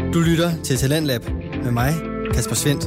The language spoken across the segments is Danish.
Du lytter til Talentlab med mig, Kasper Svendt.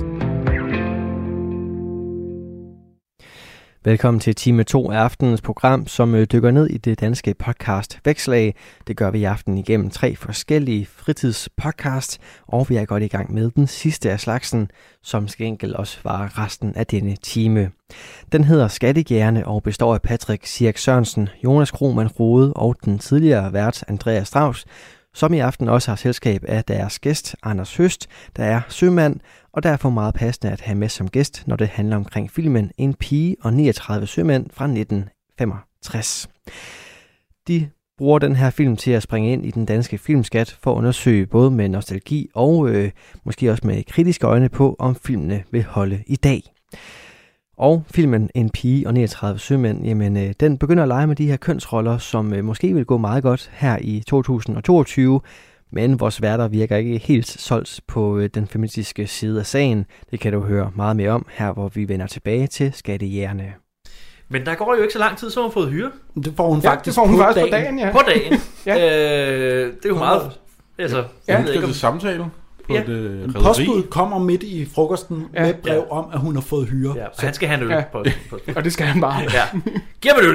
Velkommen til time 2 af aftenens program, som dykker ned i det danske podcast Vækslag. Det gør vi i aften igennem 3 forskellige fritidspodcast, og vi er godt i gang med den sidste af slagsen, som skal enkelt også var resten af denne time. Den hedder Skattejægerne og består af Patrick Sirk Sørensen, Jonas Krohmann Rode og den tidligere vært Andreas Strauss, som i aften også har selskab af deres gæst Anders Høst, der er sømand, og derfor meget passende at have med som gæst, når det handler omkring filmen En pige og 39 sømænd fra 1965. De bruger den her film til at springe ind i den danske filmskat for at undersøge både med nostalgi og måske også med kritiske øjne på, om filmene vil holde i dag. Og filmen En pige og 39 sømænd, jamen den begynder at lege med de her kønsroller, som måske vil gå meget godt her i 2022, men vores værter virker ikke helt solgt på den feministiske side af sagen. Det kan du høre meget mere om her, hvor vi vender tilbage til Skattejægerne. Men der går jo ikke så lang tid, så har hun fået hyre. Det får hun faktisk, på dagen. Ja. På dagen. Ja. Det er jo meget... Altså, hun skal til samtale på et rederi. Postbud kommer midt i frokosten med brev om, at hun har fået hyre. Ja, så han skal have en øl. På. Og det skal han bare. Ja. Giv mig en øl!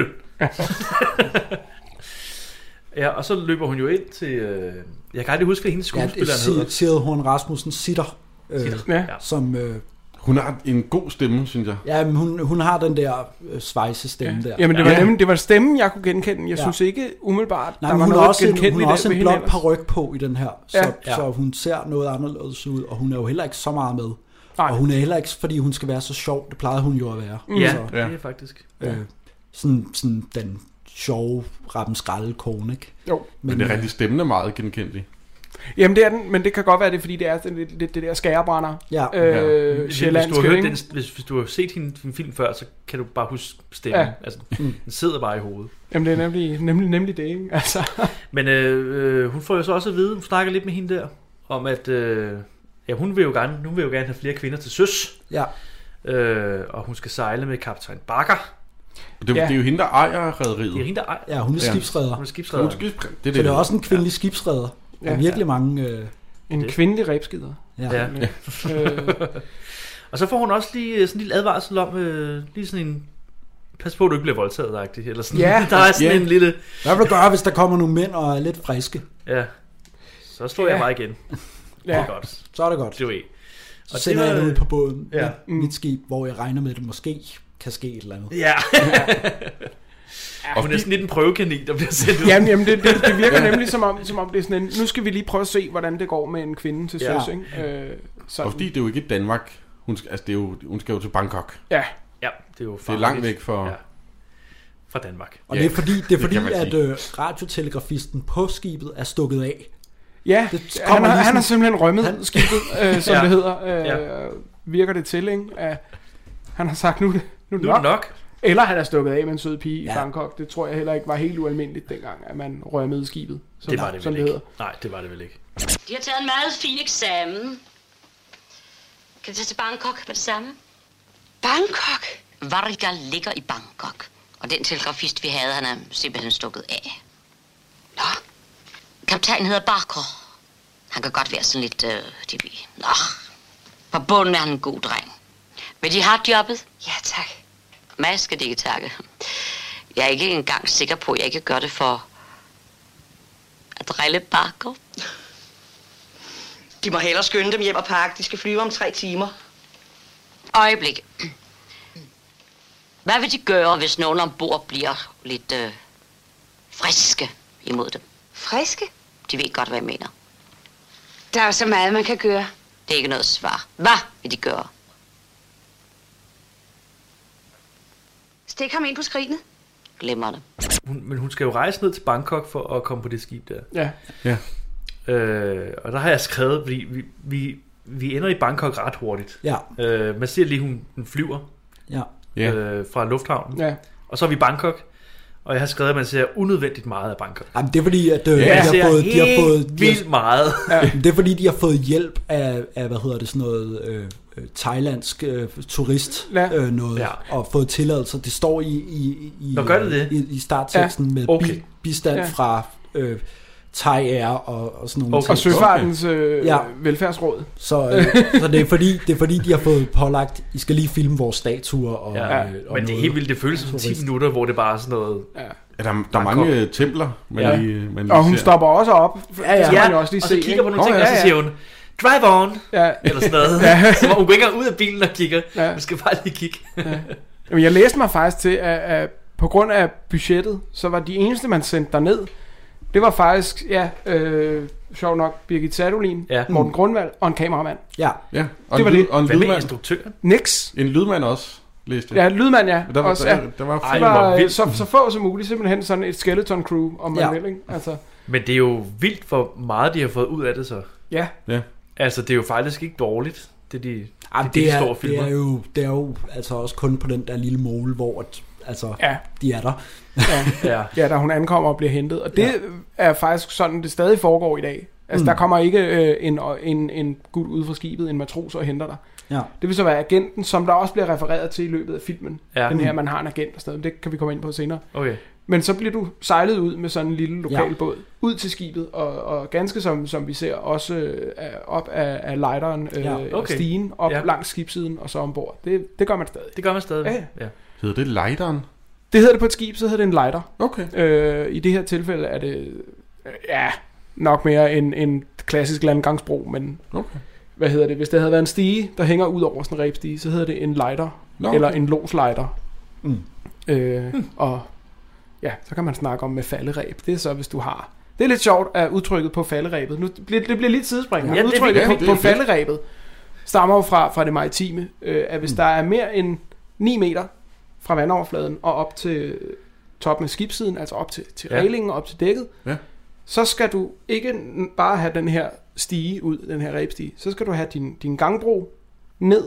Ja, og så løber hun jo ind til... jeg kan aldrig huske, hvad hendes skuespilleren hedder. Sigrid Horn Rasmussen Sitter. Som... hun har en god stemme, synes jeg. Ja, men hun har den der svejsestemme der. Jamen, det var stemmen, jeg kunne genkende. Jeg synes ikke umiddelbart, der var noget genkendeligt. Hun har også en blond paryk på i den her, så hun ser noget anderledes ud, og hun er jo heller ikke så meget med. Nej. Og hun er heller ikke, fordi hun skal være så sjov. Det plejede hun jo at være. Ja, så, det er faktisk. Sådan den sjove rappen-skralde-kone, ikke? Jo. Men det er rigtig stemmende meget genkendelig. Jamen det er den, men det kan godt være det, fordi det er det der skærebrænder. Ja. Hvis du har set din film før, så kan du bare huske stemmen. Ja. Altså, den sidder bare i hovedet. Jamen det er nemlig det, ikke? Altså. Men hun får jo så også at vide, hun snakker lidt med hende der, om at hun vil jo gerne have flere kvinder til søs. Ja. Og hun skal sejle med kaptajn Bakker. Det er jo hende, der ejer rederiet. Det er hende, der ejer. Ja, hun er skibsreder. Hun er skibsreder. Så det er også en kvindelig skibsreder. Der er virkelig mange... En kvindelig rebskider. Ja. Og så får hun også lige sådan en lille advarsel om, lige sådan en... Pas på, at du ikke bliver voldtaget-agtig. Eller sådan. Ja. Der er sådan en lille... Hvad vil du gøre, hvis der kommer nogle mænd og er lidt friske? Ja. Så slår jeg mig igen. Ja. Det er godt. Så er det godt. Det er så sender jeg ud på båden. Ja. Mit skib, hvor jeg regner med, at det måske kan ske et eller andet. Ja. Og hun er sådan lidt en prøvekanin, der bliver sendt ud. Jamen det virker nemlig som om det er sådan en... Nu skal vi lige prøve at se, hvordan det går med en kvinde til søs, ikke? Og fordi det er jo ikke Danmark. Hun skal jo til Bangkok. Ja, det er jo det er langt væk fra Danmark. Og det er fordi at radiotelegrafisten på skibet er stukket af. Ja, han har simpelthen rømmet skibet, som det hedder. Virker det til, ikke? Han har sagt, nu er det nok. Eller han er stukket af med en sød pige i Bangkok. Det tror jeg heller ikke var helt ualmindeligt dengang, at man rømmede skibet. Det var det vel ikke. Nej, det var det vel ikke. De har taget en meget fin eksamen. Kan vi tage til Bangkok med det samme? Bangkok? Varga ligger i Bangkok. Og den telegrafist, vi havde, han er simpelthen stukket af. Nå? Kaptajnen hedder Barker. Han kan godt være sådan lidt... På bunden er han en god dreng. Vil de have jobbet? Ja, tak. Mig skal de ikke takke. Jeg er ikke engang sikker på, at jeg ikke gør det for at drille Barker. De må hellere skynde dem hjem og pakke. De skal flyve om 3 timer. Øjeblik. Hvad vil de gøre, hvis nogen ombord bliver lidt friske imod dem? Friske? De ved godt, hvad jeg mener. Der er jo så meget, man kan gøre. Det er ikke noget svar. Hvad vil de gøre? Stik ham ind på skrinet. Glemmer det. Men hun skal jo rejse ned til Bangkok for at komme på det skib der. Ja. Og der har jeg skrevet, fordi vi ender i Bangkok ret hurtigt. Ja. Man ser lige, hun flyver fra lufthavnen. Ja. Og så er vi i Bangkok. Og jeg har skrevet, at man ser unødvendigt meget af Bangkok. Jamen, det er fordi, at de har fået vildt meget. Det er fordi, de har fået hjælp af hvad hedder det, sådan noget thailandsk turist og fået tilladelser. Det står i startteksten med bistand fra Thai Air og sådan nogle ting. Og Søfartens velfærdsråd. Så det er fordi, de har fået pålagt, I skal lige filme vores statuer. Og, men det er helt vildt, det føles som 10 minutter, hvor det bare er sådan noget... Ja, der er mange templer, man lige og hun stopper også op. Ja, og så kigger på nogle ting, og så siger hun, drive on, eller sådan noget. Så hun går ikke ud af bilen og kigger. Du skal bare lige kigge. Jamen, jeg læste mig faktisk til, at på grund af budgettet, så var de eneste, man sendte derned, det var faktisk, sjov nok, Birgit Sadolin, Morten Grundvald og en kameramand. Ja. Og det var det. Og en hvad med instruktøren? Nix. En lydmand også, læste jeg. Ja, lydmand, ja. Der var så få som muligt, simpelthen sådan et skeleton crew, om man vil, ikke? Altså. Men det er jo vildt, hvor meget de har fået ud af det så. Ja. Altså, det er jo faktisk ikke dårligt, de store filmer. Det er jo altså også kun på den der lille mole, hvor de er der. Ja, da hun ankommer og bliver hentet. Og det er faktisk sådan, det stadig foregår i dag. Altså, der kommer ikke en gut ud fra skibet, en matros og henter dig. Ja. Det vil så være agenten, som der også bliver refereret til i løbet af filmen. Ja. Den her, man har en agent og sådan noget. Det kan vi komme ind på senere. Okay. Men så bliver du sejlet ud med sådan en lille lokal båd ud til skibet, og ganske som vi ser også op af lejderen stigen, op langs skibssiden og så ombord. Det gør man stadig. Det gør man stadig. Ja. Hedder det lejderen? Det hedder det på et skib, så hedder det en lighter. Okay. I det her tilfælde er det nok mere en klassisk landgangsbro, men hvad hedder det? Hvis det havde været en stige, der hænger ud over sådan en rebstige, så hedder det en lighter, eller en loslighter. Og ja, så kan man snakke om med faldereb. Det er så, hvis du har... Det er lidt sjovt at udtrykket på falderebet. Nu, det bliver lidt sidespring. Ja, udtrykket på falderebet stammer jo fra det maritime, at hvis der er mere end 9 meter fra vandoverfladen og op til toppen af skibssiden, altså op til reglingen og op til dækket, så skal du ikke bare have den her stige ud, den her rebstige. Så skal du have din gangbro ned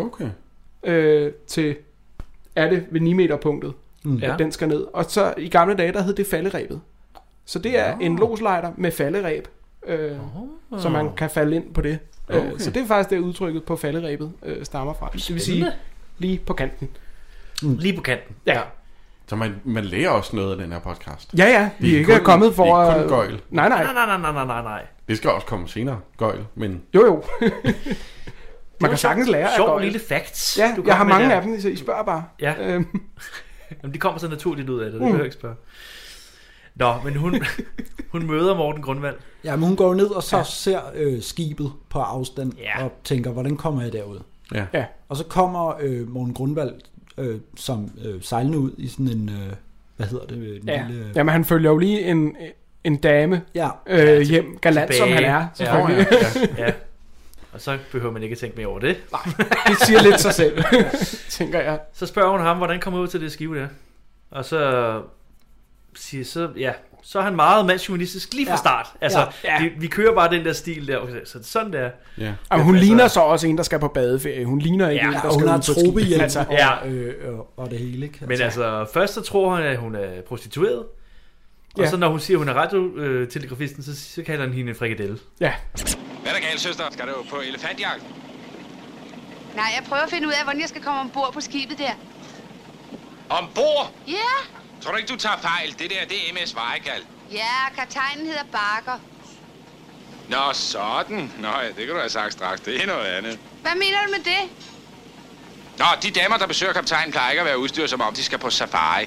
til, er det ved 9 meter punktet, at den skal ned. Og så i gamle dage, der hed det falderebet. Så det er en loslejder med faldereb, så man kan falde ind på det. Så det er faktisk det udtrykket på falderebet stammer fra. Det vil sige lige på kanten. Lige på kanten. Ja. Så man lærer også noget af den her podcast. Ja. Vi er ikke kommet for... Det er kun gøjl. Nej. Det skal også komme senere, gøjl, men... Jo. Man kan sagtens lære af gøjl. Sjov lille facts. Ja, jeg har mange af dem, så I spørger bare. Ja. Jamen, de kommer så naturligt ud af det, det behøver jeg ikke spørge. Nå, men hun møder Morten Grundvald. Ja, men hun går ned og så ser skibet på afstand og tænker, hvordan kommer jeg derud? Ja. Og så kommer Morten Grundvald som sejlende ud i sådan en, hvad hedder det? Lille... Jamen, han følger jo lige en dame hjem, galant tilbage. Som han er, selvfølgelig. Ja. Og så behøver man ikke at tænke mere over det. Nej, det siger lidt sig selv, tænker jeg. Så spørger hun ham, hvordan kommer ud til det skive der? Og så siger så er han meget mandsjuvenistisk lige fra start. Altså, vi kører bare den der stil der. Okay, så sådan der. Ja. Jamen, hun ligner så også en, der skal på badeferie. Hun ligner ikke en, der skal hun har tropehjelm og det hele. Ikke? Men altså, først så tror han, at hun er prostitueret. Og så når hun siger, at hun er radiotelegrafisten, så kalder han hende en frikadelle. Ja. Hvad er der galt, søster? Skal du på elefantjagt? Nej, jeg prøver at finde ud af, hvordan jeg skal komme ombord på skibet der. Ombord? Ja. Tror du ikke, du tager fejl? Det der, det er MS Vejkald. Ja, kaptajnen hedder Barker. Nå, sådan. Nå ja, det kan du have sagt straks. Det er noget andet. Hvad mener du med det? Nå, de damer, der besøger kaptajnen, plejer ikke at være udstyret, som om de skal på safari.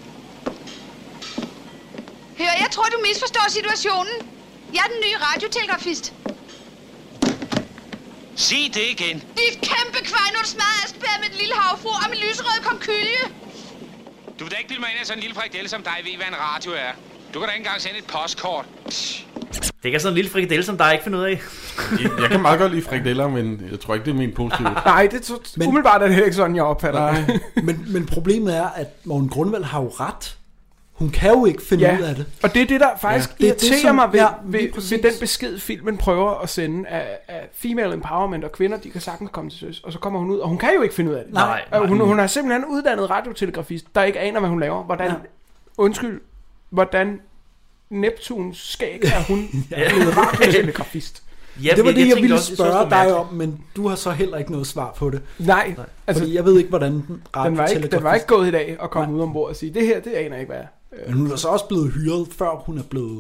Hør, jeg tror, du misforstår situationen. Jeg er den nye radiotelegrafist. Sig det igen. Dit kæmpe kvej, nu er du smadret Asbjerg med et lille havfru og med lysrød komkylje. Du vil da ikke bilde mig ind af sådan en lille frikadelle som dig ved, hvad en radio er. Du kan da ikke engang sende et postkort. Det er ikke sådan en lille frikadelle, som der ikke finder ud af. Jeg kan meget godt lide frikadeller, men jeg tror ikke, det er min positive. Nej, det er umiddelbart er det ikke sådan, jeg opfatter det. Men problemet er, at Morten Grundvald har jo ret. Hun kan jo ikke finde ud af det. Og det er det, der faktisk irriterer mig ved den besked, filmen prøver at sende af female empowerment og kvinder, de kan sagtens komme til søs. Og så kommer hun ud, og hun kan jo ikke finde ud af det. Nej. Hun er simpelthen uddannet radiotelegrafist, der ikke aner, hvad hun laver. Hvordan Neptuns skæg er hun blevet radiotelegrafist. Det var det, jeg ville spørge dig om, men du har så heller ikke noget svar på det. Nej. Altså, fordi jeg ved ikke, hvordan den var ikke gået i dag at komme ud ombord og sige, det her, det aner jeg ikke, hvad er. Men hun er så også blevet hyret, før hun er blevet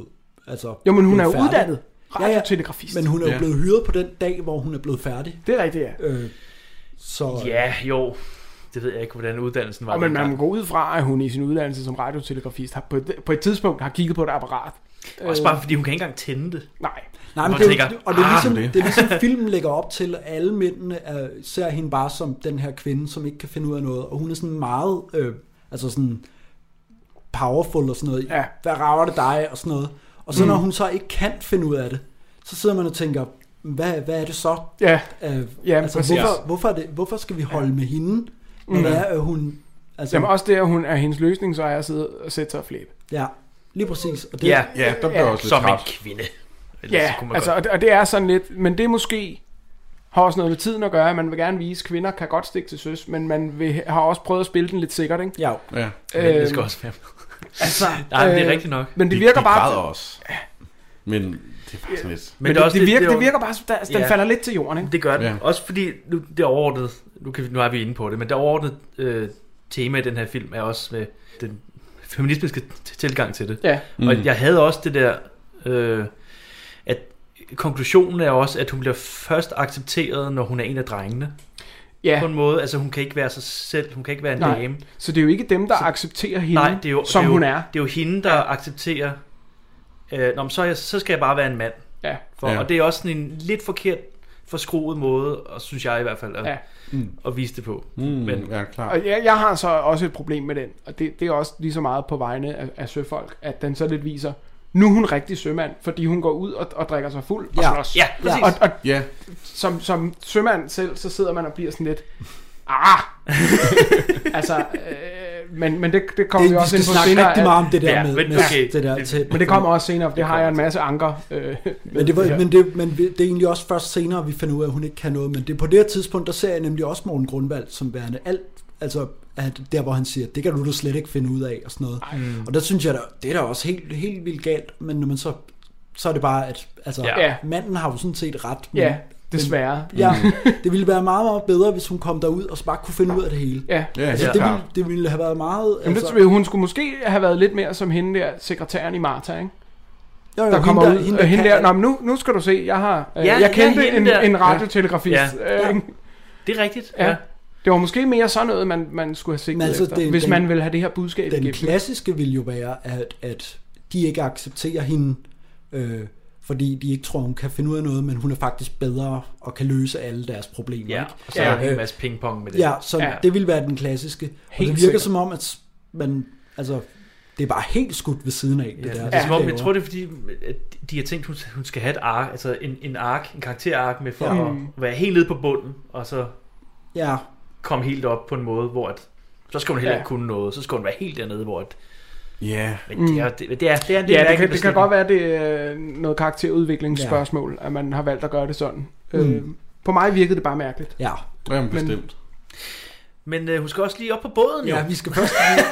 altså... Jo, men hun er jo uddannet radiotelegrafist. Men hun er jo blevet hyret på den dag, hvor hun er blevet færdig. Det er rigtigt, ja. Så... Ja, jo... Det ved jeg ikke, hvordan uddannelsen var. Men man må gå ud fra, at hun i sin uddannelse som radiotelegrafist på et tidspunkt har kigget på et apparat. Også bare fordi hun kan ikke engang tænde det. Nej, men det er ligesom filmen lægger op til, at alle mændene ser hende bare som den her kvinde, som ikke kan finde ud af noget. Og hun er sådan meget altså sådan powerful og sådan noget. Ja. Hvad rager det dig og sådan noget. Og så når hun så ikke kan finde ud af det, så sidder man og tænker, hvad er det så? Ja. Altså, hvorfor skal vi holde med hende? Når det er, at hun... Altså, jamen også det, at hun er hendes løsning, så er jeg siddet og sætte sig og flæbe. Ja, lige præcis. Og det, der bliver også lidt som en kvinde. Ja, altså, og det er sådan lidt... Men det måske har også noget med tiden at gøre. Man vil gerne vise, at kvinder kan godt stikke til søs, men man har også prøvet at spille den lidt sikkert, ikke? Ja. Det skal også være altså, nej, det er rigtigt nok. Men det virker bare... også. Men... Det er faktisk lidt... Men det virker bare, den falder lidt til jorden, ikke? Det gør den. Ja. Også fordi, det overordnede, nu er vi inde på det, men det overordnede tema i den her film er også med den feministiske tilgang til det. Ja. Og jeg havde også det der, at konklusionen er også, at hun bliver først accepteret, når hun er en af drengene. Ja. På en måde, altså hun kan ikke være sig selv, hun kan ikke være en dame. Så det er jo ikke dem, der accepterer hende, som hun er. Det er jo hende, der accepterer... så skal jeg bare være en mand. Ja. Og det er også sådan en lidt forkert forskruet måde, og synes jeg i hvert fald at vise det på. Men ja, klar. Og jeg har så også et problem med den, og det er også lige så meget på vegne af søfolk, at den så lidt viser, nu er hun rigtig sømand, fordi hun går ud og drikker sig fuld og slås. Ja, præcis. Og som sømand selv, så sidder man og bliver sådan lidt altså men det kommer vi også ind på senere. Vi skal snakke rigtig meget om det der men det kommer også senere, for det har jeg en masse anker. Men det er egentlig også først senere, vi finder ud af, at hun ikke kan noget. Men det på det her tidspunkt, der ser jeg nemlig også Morten Grunwald som værende alt, altså at der hvor han siger, det kan du da slet ikke finde ud af og sådan noget. Og der synes jeg, det er da også helt vildt galt. Men når man så er det bare, at altså manden har jo sådan set ret. Men, desværre. Det ville være meget, meget bedre, hvis hun kom derud og bare kunne finde ud af det hele. Det ville have været meget... Hun skulle måske have været lidt mere som hende der, sekretæren i Martha, ikke? Der kommer ud. Hende der, nu skal du se, jeg kendte en radiotelegrafist. Ja. Det er rigtigt. Ja. Det var måske mere sådan noget, man skulle have sigtet efter, hvis man vil have det her budskab igennem. Den klassiske vil jo være, at de ikke accepterer hende... fordi de ikke tror, hun kan finde ud af noget, men hun er faktisk bedre og kan løse alle deres problemer. Ja, og så er der en masse pingpong med det. Ja, så det vil være den klassiske. Og det virker som om, at man, altså, det er bare helt skudt ved siden af. Det der. Det er som om, jeg tror, det er fordi, at de har tænkt, hun skal have et ark, altså en karakterark med for at være helt nede på bunden, og så komme helt op på en måde, hvor at, så skal hun heller ikke kunne noget, så skal hun være helt dernede, hvor at, men det kan godt være, det er noget karakterudviklingsspørgsmål, at man har valgt at gøre det sådan. På mig virkede det bare mærkeligt. Ja, bestemt. Men hun skal også lige op på båden, jo. Ja, vi skal først...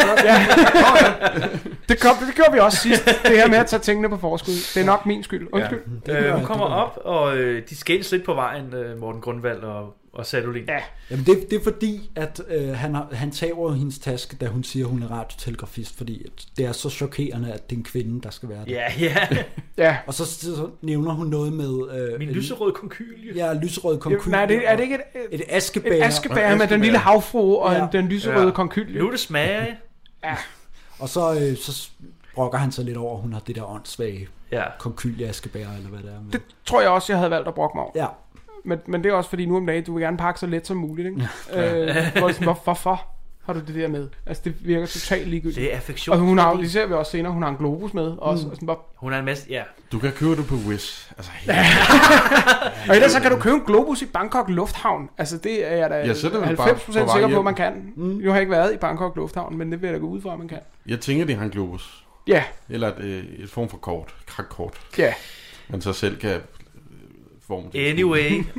Det gjorde vi også sidst. Det her med at tage tingene på forskud. Det er nok min skyld. Undskyld. Hun kommer op, og de skændes lidt på vejen, Morten Grunwald og Sadolin. Ja. Jamen det er fordi, at han tager hendes taske, da hun siger, at hun er radiotelegrafist, fordi at det er så chokerende, at det er en kvinde, der skal være det. Ja. Og så nævner hun noget med... min lyserøde konkylie. Ja, lyserøde konkylie. Nej, er det ikke et askebær? Et askebær med den lille havfrue og den lyserøde konkylie. Nu er det smager. Ja. Og så brokker han sig lidt over, at hun har det der åndssvage konkylie askebær, eller hvad det er. Det tror jeg også, jeg havde valgt at brokke mig over. Ja. Men det er også fordi nu om dagen, du vil gerne pakke så let som muligt, ikke? Hvorfor har du det der med? Altså det virker totalt ligegyldigt. Det er affektion. Og hun har, det ser vi også senere, hun har en globus med også. Og sådan, hun har en masse, Du kan købe det på Wish. Altså, og ellers så kan du købe en globus i Bangkok Lufthavn. Altså det er jeg da 90% sikker på, man kan. Nu har jeg ikke været i Bangkok Lufthavn, men det vil jeg da gå ud fra, at man kan. Jeg tænker, det har en globus. Ja. Eller et form for kort. Krakkort. Ja. Man så selv kan... Anyway.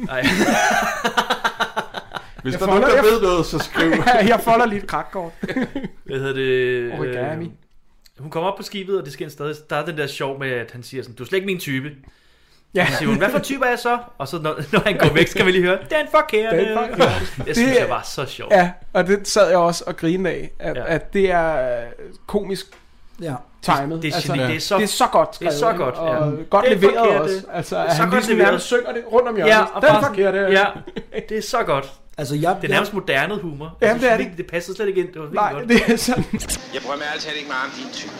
Hvis der er nogen, der ved noget, så skriv. Jeg folder lige et krakkort. Hvad hedder det? Origami. Hun kommer op på skibet, og det sker stadig. Der er den der sjov med, at han siger sådan, du er slet ikke min type. Ja. Så siger hun, hvad for type er jeg så? Og så når han går væk, skal vi lige høre, den forkerte. Jeg synes, det var så sjovt. Ja, og det sad jeg også og grinede af, at det er komisk timet. Det er så godt skrevet. Det er så godt, og godt leveret også. Altså, at han ligesom nærmest synger det rundt om hjørnet. Ja, den forkerte. Ja, det er så godt. Altså, det er nærmest moderne humor. Ja, det er det. Det passer slet ikke ind. Det var nej, godt. Det er sådan. Jeg prøver med altid ikke meget om din type.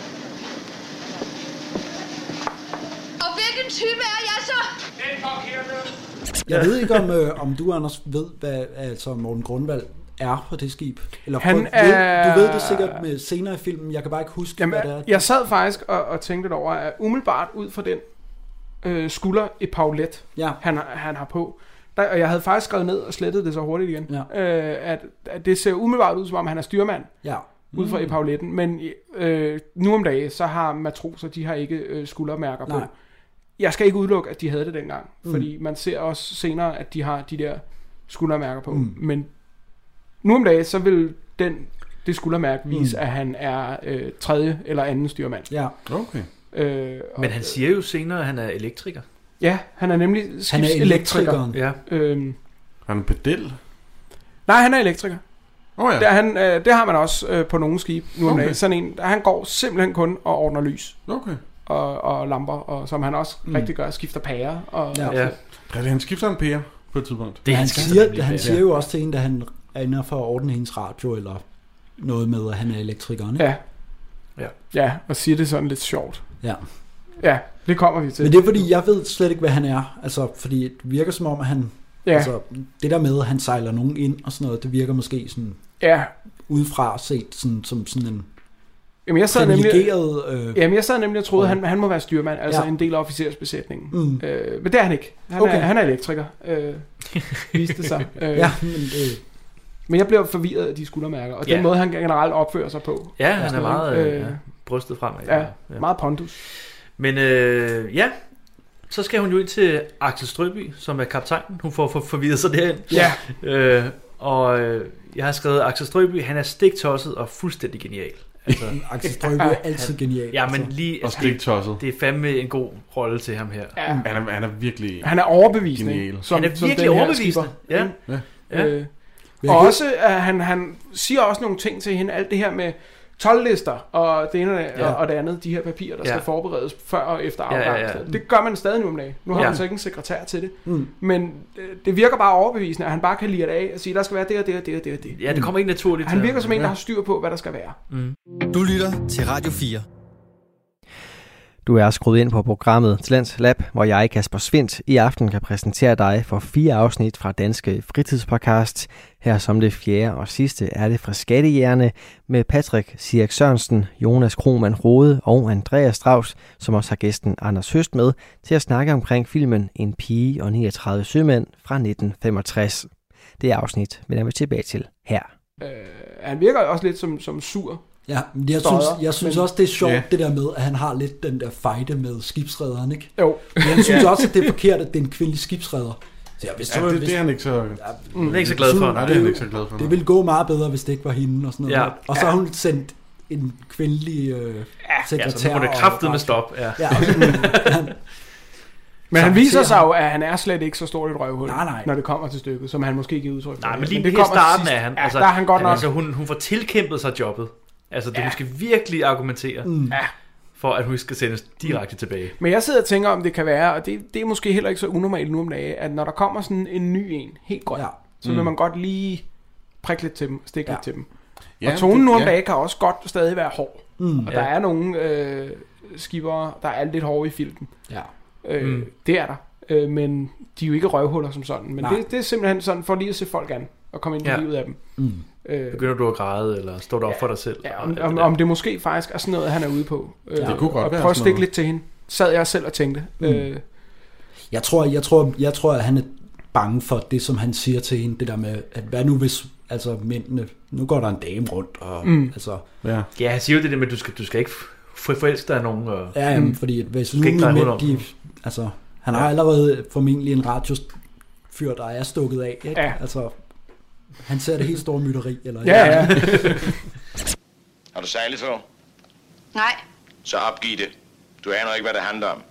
Og hvilken type er jeg så? Den forkerte. Jeg ved ikke, om du, Anders, ved, hvad altså Morten Grunwald er på det skib. Eller du ved det sikkert med senere i filmen. Jeg kan bare ikke huske, hvad det er. Jeg sad faktisk og tænkte over, at umiddelbart ud fra den skulder et paulet, han har på. Og jeg havde faktisk skrevet ned og slettet det så hurtigt igen. At det ser umiddelbart ud, som om han er styrmand. Ja. Ud fra epauletten. Men nu om dagen, så har matroser, de har ikke skuldermærker på. Jeg skal ikke udelukke, at de havde det dengang. Fordi man ser også senere, at de har de der skuldermærker på. Men nu om dagen, så vil det skuldermærke vise, at han er tredje eller anden styrmand. Ja, okay. Men han siger jo senere, at han er elektriker. Ja, han er nemlig skibselektriker. Ja. Han er pedel? Nej, han er elektriker. Ja. Det har man også på nogle skibe nu om dagen. Sådan en, han går simpelthen kun og ordner lys. Okay. Og lamper, og som han også rigtig gør, skifter pærer. Og Han skifter en pære på et tidspunkt. Han siger jo også til en, da han er inde for at ordne hendes radio, eller noget med, at han er elektrikeren. Ja, og siger det sådan lidt sjovt. Ja, det kommer vi til. Men det er fordi, jeg ved slet ikke, hvad han er. Altså, fordi det virker som om, at han... Ja. Altså, det der med, at han sejler nogen ind og sådan noget, det virker måske sådan... Ja. Udefra set sådan, som sådan en... Jamen, jeg sad nemlig og troede, han må være styrmand, altså en del af officersbesætningen. Men det er han ikke. Han er elektriker, viste det sig. Men jeg blev forvirret af de skuldermærker, og den måde, han generelt opfører sig på. Ja, han er meget brystet fremad. Ja, meget pondus. Men så skal hun jo ind til Axel Strøby, som er kaptajnen. Hun får forvirret sig derind. Ja. Og jeg har skrevet, Axel Strøby, han er stiktosset og fuldstændig genial. Altså, Axel Strøby er altid genial. Ja, men lige... Og stiktosset. Det er fandme en god rolle til ham her. Ja. Han er virkelig... Han er overbevisende. Genial. Han er virkelig overbevisende. Ja. Og også, han siger også nogle ting til hende, alt det her med 12-lister og det ene og det andet, de her papirer, der skal forberedes før og efter afgang. Det gør man stadig nu om dagen. Nu har man så ikke en sekretær til det. Men det virker bare overbevisende, at han bare kan lide det af og sige, der skal være det og det og det og det og det. Ja, det kommer ikke naturligt. Han virker som en, der har styr på, hvad der skal være. Du lytter til Radio 4. Du er skruet ind på programmet Talents Lab, hvor jeg, Kasper Svindt, i aften kan præsentere dig for 4 afsnit fra Danske Fritidspodcast. Her som det 4. og sidste er det fra Skattejægerne med Patrick Sierk Sørensen, Jonas Krohmann Rode og Andreas Strauss, som også har gæsten Anders Høst med, til at snakke omkring filmen En pige og 39 sømænd fra 1965. Det er afsnit, vender vi tilbage til her. Han virker også lidt som sur. Ja, jeg synes også, det er sjovt, det der med, at han har lidt den der fejde med skibsrederen, ikke? Jo. Men jeg synes også, at det er forkert, at det er en kvindelig skibsredder. Så det er han ikke så... Det er ikke så glad for. Nej, det er han ikke så glad for. Det ville gå meget bedre, hvis det ikke var hende og sådan noget. Og så har hun sendt en kvindelig sekretær. Ja, så må det kraftedeme stoppe. Men han viser sig jo, at han er slet ikke så stort et røvhul, når det kommer til stykket, som han måske giver udtryk for. Nej, men lige i starten er han. Altså, der er han godt nok. Altså, hun får tilkæmpet sig jobbet. Altså, det måske virkelig argumentere for, at hun skal sendes direkte tilbage. Men jeg sidder og tænker, om det kan være, og det er måske heller ikke så unormalt nu om dagen, at når der kommer sådan en ny en, helt grøn, så vil man godt lige prikke lidt til dem, stikke lidt til dem. Ja, og tonen nu om dagen kan også godt stadig være hård. Og der er nogle skibere, der er lidt hårde i filten. Det er der. Men de er jo ikke røvhuller som sådan. Men det er simpelthen sådan, for lige at se folk an og komme ind i livet af dem. Begynder du at græde, eller står du op for dig selv? Ja, om det måske faktisk er sådan noget, han er ude på. Det kunne godt være. Prøv at stikke lidt til hende. Sad jeg selv og tænkte. Jeg tror, at han er bange for det, som han siger til hende. Det der med, at hvad nu hvis mændene... Nu går der en dame rundt, og Ja, han siger jo det der med, at du skal ikke forelske dig af nogen. fordi hvis nu mænd, de... Altså, han har allerede formentlig en radiofyr, der er stukket af, ikke? Ja. Altså, han ser det helt store mytteri, eller... Ja. Har du sejlet før? Nej. Så opgiv det. Du aner ikke, hvad det handler om.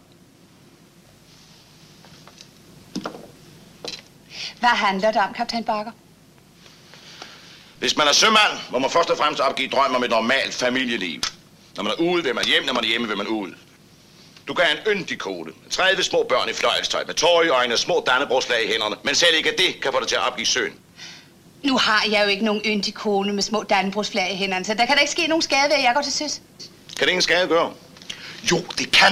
Hvad handler det om, kaptajn Bakker? Hvis man er sømand, må man først og fremmest opgive drømmen om et normalt familieliv. Når man er ude, vil man hjem. Når man er hjemme, vil man ud. Du kan have en yndig kone. 30 små børn i fløjlstøj med tår i øjnene og små dannebrogsslag i hænderne. Men selv ikke det kan få dig til at opgive søen. Nu har jeg jo ikke nogen yndig kone med små dannebrogsflag i hænderne, så der kan da ikke ske nogen skade ved, at jeg går til søs. Kan det ingen skade gøre? Jo, det kan.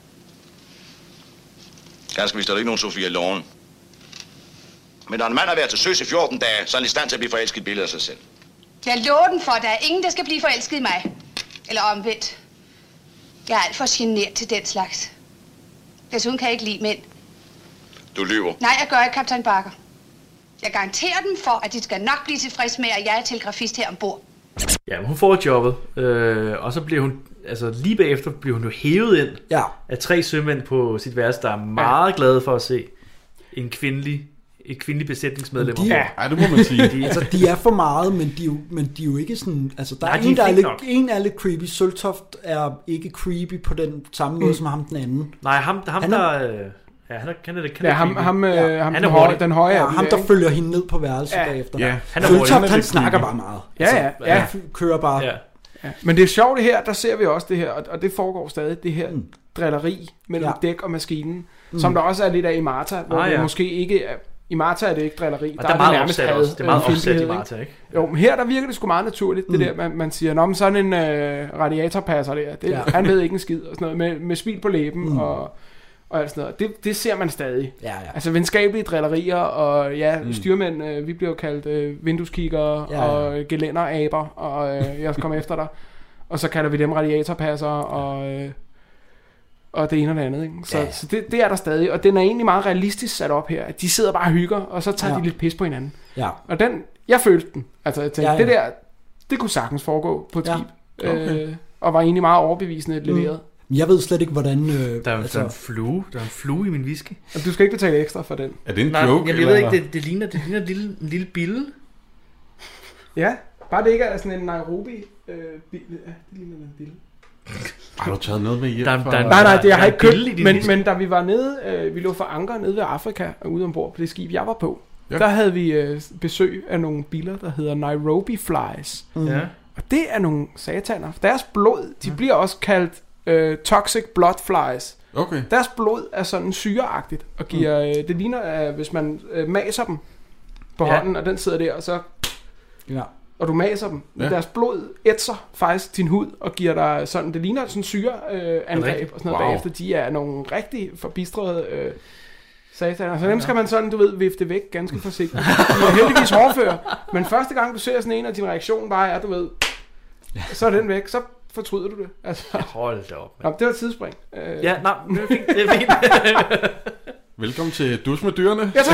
Ganske vist er der ikke nogen Sofia Loren. Men når en mand har været til søs i 14 dage, så er han i stand til at blive forelsket i et billede af sig selv. Jeg lover den for, at der er ingen, der skal blive forelsket i mig. Eller omvendt. Jeg er alt for genert til den slags. Desuden kan jeg ikke lide mænd. Du lyver. Nej, jeg gør ikke, kaptajn Barker. Jeg garanterer dem for, at de skal nok blive tilfreds med, at jeg er telegrafist her ombord. Ja, hun får jobbet, og så bliver hun, altså lige bagefter bliver hun jo hævet ind af 3 sømænd på sit værelse, der er meget glade for at se et kvindelig besætningsmedlem. Ja, det må man sige. De er for meget, men de er jo ikke sådan, altså der er en, der er lidt creepy. Søltoft er ikke creepy på den samme måde som ham den anden. Nej, ham den høje er ham, der følger hende ned på værelset bagefter. Ja. Søltoft, han snakker bare meget. Ja. Kører bare. Ja. Men det er sjovt det her, der ser vi også det her, og det foregår stadig, det her drilleri mellem dæk og maskinen, som der også er lidt af i Marta, hvor det måske ikke er, i Marta er det ikke drilleri, der er det nærmest også. Det er meget opsat i Marta, ikke? Jo, men her der virker det sgu meget naturligt, det der, man siger, nå, men sådan en radiatorpasser der, han ved ikke en skid, og sådan noget, med smil på læben, og alt sådan noget. Det ser man stadig. Ja. Altså venskabelige drillerier, og styrmænd, vi bliver kaldt vindueskikkere, og gelænderaber, og jeg skal komme efter dig. Og så kalder vi dem radiatorpasser, og det ene og det andet. Ikke? Så det er der stadig, og den er egentlig meget realistisk sat op her, at de sidder bare og hygger, og så tager de lidt pis på hinanden. Ja. Og jeg følte den. Altså jeg tænkte, det kunne sagtens foregå på et skib. Okay. Og var egentlig meget overbevisende leveret. Jeg ved slet ikke, hvordan... Der er en flue i min whisky. Og du skal ikke betale ekstra for den. Er det en joke? Jeg ved ikke, det ligner en lille bille. Ja, bare det ikke er sådan en Nairobi bille. Ja, det ligner en bille. Har du taget noget med hjem? Nej, det har jeg ikke købt. Men da vi var nede, vi lå for anker nede ved Afrika, ude ombord på det skib, jeg var på, der havde vi besøg af nogle biller, der hedder Nairobi Flies. Ja. Og det er nogle sataner. Deres blod, de bliver også kaldt toxic blood flies. Okay. Deres blod er sådan syreagtigt og giver det ligner hvis man maser dem på hånden, og den sidder der, og så og du maser dem. Deres blod ætser faktisk din hud og giver dig sådan, det ligner sådan syreangreb og sådan noget bagefter. De er nogle rigtig forbistrede sataner. Så dem skal man sådan, du ved, vifte væk ganske forsigtigt. De er heldigvis hårdfør, men første gang du ser sådan en, og din reaktion bare er, du ved, så er den væk, så fortryder du det. Altså, hold da op. Nå, det var et tidsspring. Det er fint. Det er fint. Velkommen til Dus med dyrene. Ja, tak.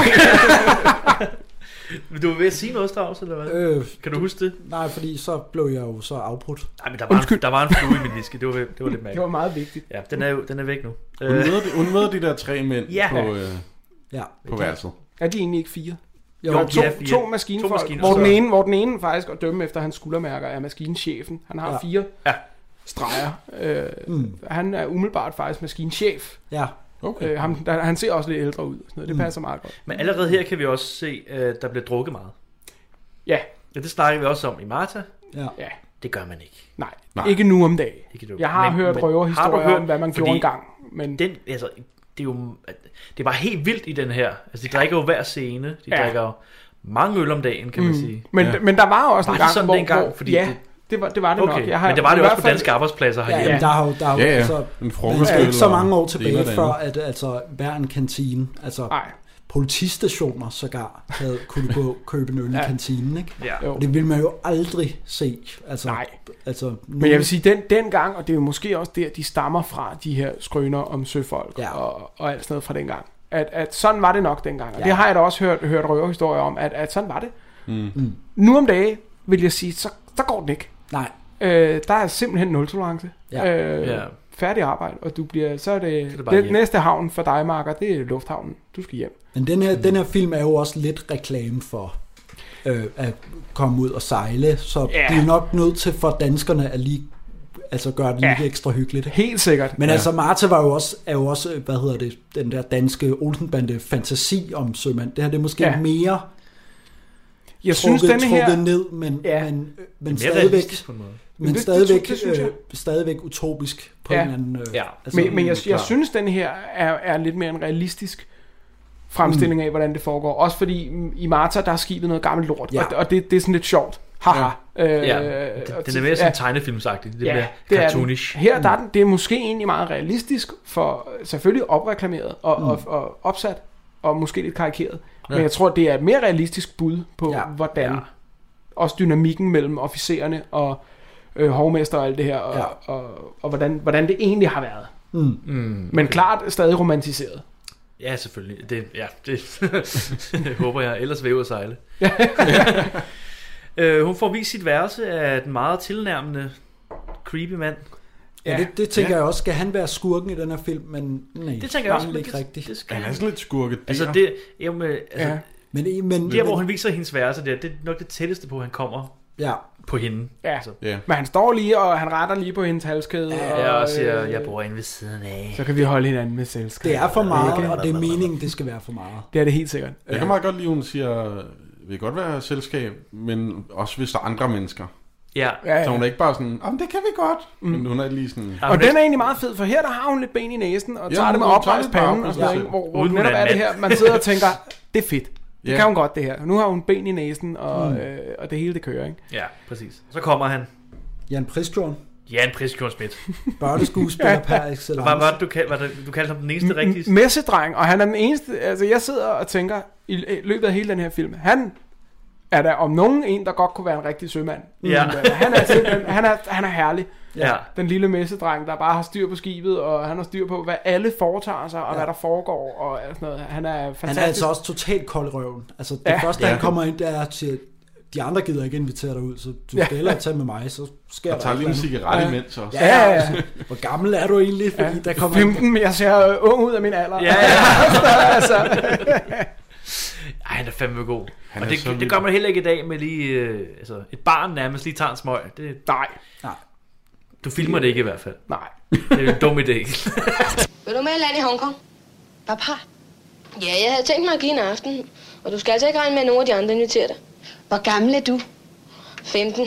Du vil sige noget, Strauss, eller hvad? Kan du huske det? Nej, fordi så blev jeg jo så afbrudt. Nej, men der var en flue i min whisky. Det var lidt mærkeligt. Det var meget vigtigt. Ja, den er væk nu. Hun møder de der 3 mænd på værelset. Er de egentlig ikke 4? Jo, to maskinfolk, hvor den ene faktisk, at dømme efter hans skuldermærker, er maskinchefen. Han har 4 streger. Han er umiddelbart faktisk maskinchef. Ja. Okay. Han ser også lidt ældre ud. Sådan noget. Det passer meget godt. Men allerede her kan vi også se, at der bliver drukket meget. Ja. Det snakker vi også om i Marta. Ja. Det gør man ikke. Nej. Ikke nu om dagen. Jeg har hørt røverhistorier om, hvad man gjorde engang. Men det er bare helt vildt i den her. Altså, de drikker jo hver scene. De drikker jo mange øl om dagen, kan man sige. Men der var også en gang, sådan dengang, fordi det var det nok. Men det var det også på danske arbejdspladser herhjemme. Ja, der er jo altså, en frokostøl. Ikke så mange år tilbage, før at altså hver en kantine, altså politistationer sågar kunne købe en øl i kantinen, ikke? Ja. Det ville man jo aldrig se. Altså, altså, men jeg vil sige, den gang, og det er jo måske også der, de stammer fra, de her skrøner om søfolk og alt sådan noget fra den gang. At sådan var det nok dengang. Og det har jeg da også hørt røverhistorier om, at sådan var det. Nu om dagen, vil jeg sige, så går den ikke. Nej. Der er simpelthen nul-tolerance. Færdig arbejde, og du bliver, så er det næste havn for dig, Marker, det er lufthavnen. Du skal hjem. Men den her film er jo også lidt reklame for at komme ud og sejle, så de er nok nødt til for danskerne at lige gøre det lidt ekstra hyggeligt. Helt sikkert. Men altså Marta er jo også hvad hedder det, den der danske Olsenbande fantasi om sømand. Det her det er måske mere jeg synes, trukket ned, men stadigvæk utopisk på en eller anden... Men jeg synes, den her er lidt mere en realistisk fremstilling af, hvordan det foregår. Også fordi i Martha, der er skibet noget gammelt lort, og det er sådan lidt sjovt. Haha. Den er mere sådan tegnefilmsagtig. Det bliver cartoonish. Her der er det er måske egentlig meget realistisk, for selvfølgelig opreklameret og opsat, og måske lidt karikeret. Men jeg tror, det er et mere realistisk bud på, hvordan også dynamikken mellem officererne og hovmester og alt det her, og hvordan det egentlig har været. Men klart stadig romantiseret. Ja, selvfølgelig. Det håber jeg. Ellers væver sejle. Hun får vist sit værelse af den meget tilnærmende creepy mand. Ja, det tænker jeg også. Skal han være skurken i den her film? Men nej, det tænker jeg også ikke rigtigt. Han er sådan lidt skurket. Altså det, men der hvor han viser hendes værelse der, det er nok det tætteste på, han kommer på hende. Ja. Altså. Men han står lige, og han retter lige på hendes halskæde. Og siger, jeg bor inde ved siden af. Så kan vi holde hinanden med selskab. Det er for meget, og det er meningen, det skal være for meget. Det er det helt sikkert. Jeg kan meget godt lide, hun siger, vil godt være selskab, men også hvis der er andre mennesker. Ja. Så hun er ikke bare sådan, det kan vi godt. Men hun er lige sådan... Og den er egentlig meget fed, for her der har hun lidt ben i næsen, og tager det med oprejst panden, og sådan noget, hvor netop er det her, man sidder og tænker, det er fedt. Det kan hun godt, det her. Nu har hun ben i næsen, og det hele det kører, ikke? Ja, præcis. Så kommer han. Jan Prisjorn. Jan Prisjorn Schmidt. Børneskuespiller per excellence. Du kaldte ham den eneste rigtige? Messedreng, og han er den eneste... Altså, jeg sidder og tænker, i løbet af hele den her film, han er der om nogen en, der godt kunne være en rigtig sømand. Ja. Han er herlig. Ja. Den lille messedreng, der bare har styr på skibet, og han har styr på, hvad alle foretager sig, og hvad der foregår, og sådan noget. Han er fantastisk. Han er altså også totalt kold i røven. Altså, det første, han kommer ind, det er til... De andre gider ikke invitere dig ud, så du skal hellere tage med mig, så sker der... Og tager lige en cigaret imens også. Ja. Hvor gammel er du egentlig? Fordi der kommer 15, men jeg ser ung ud af min alder. Ja. Ej, han er fandme god. Og det gør man heller ikke i dag med lige... et barn nærmest lige tager en smøg. Nej. Du filmer det ikke i hvert fald. Nej. Det er en dum idé. Vil du med et land i Hongkong? Papa? Ja, jeg havde tænkt mig at give en aften. Og du skal altså ikke regne med, at nogen af de andre inviterer dig. Hvor gammel er du? 15.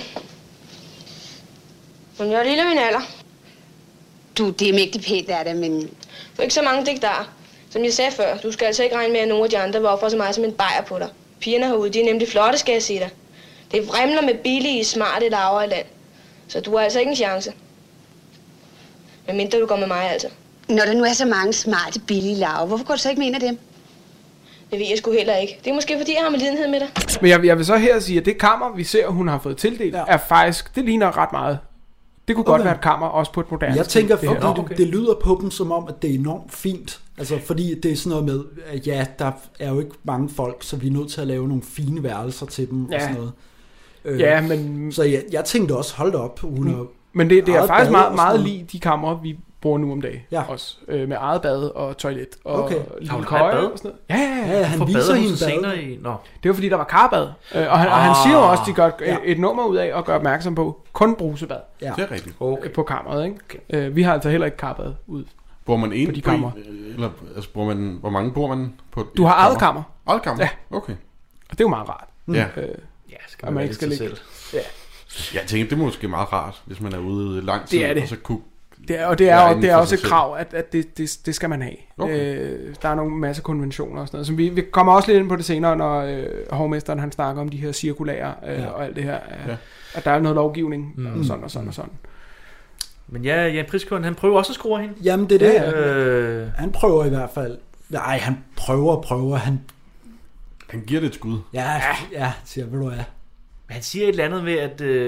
Men jeg er lille min alder. Det er mægtigt pænt af det, men... For ikke så mange digtarer. Som jeg sagde før, du skal altså ikke regne med, at nogen af de andre vil opføre så meget som en bajer på dig. Pigerne herude, de er nemlig flotte, skal jeg sige dig. Det vrimler med billige, smarte laver i land. Så du har altså ikke en chance. Men mindre du går med mig, altså. Når der nu er så mange smarte, billige laver, hvorfor går du så ikke med en af dem? Det ved jeg sgu heller ikke. Det er måske fordi, jeg har med lidenhed med dig. Men jeg vil så her sige, at det kammer, vi ser, hun har fået tildelt, er faktisk, det ligner ret meget. Det kunne godt være et kammer, også på et moderne. Jeg tænker, fordi det lyder på dem som om, at det er enormt fint. Altså, fordi det er sådan noget med, at der er jo ikke mange folk, så vi er nødt til at lave nogle fine værelser til dem og sådan noget. Men... Så jeg tænkte også, hold da op. Men det er faktisk meget lige de kammer, vi bruger nu om dagen. Ja. Også, med eget bad og toilet og lille køje og sådan noget. Ja, han viser hende senere i... Nå. Det var fordi, der var karbad. Og han siger jo også, at de gør et nummer ud af at gøre opmærksom på kun brusebad. Ja. Det er rigtigt. På kammeret, ikke? Okay. Vi har altså heller ikke karbad ud. Bor man en på de kammer? Eller altså, hvor mange bor man på? Du har eget kammer. Eget kammer? Ja. Okay. Og det er jo meget rart. Ja. Skal man ikke skal ligge. Ja. Jeg tænker, det er måske meget rart, hvis man er ude lang tid. Det er det. Og så kunne det er også et krav, at det skal man have. Okay. Der er nogle masse konventioner og sådan noget. Så vi kommer også lidt ind på det senere, når hovmesteren han snakker om de her cirkulære og alt det her. At der er noget lovgivning og sådan og sådan og sådan. Men Jan Prisjorn, han prøver også at score hende. Jamen det er det. Han prøver i hvert fald. Nej, han prøver. Han giver det et skud. Ja, siger ved du hvad. Han siger et eller andet med,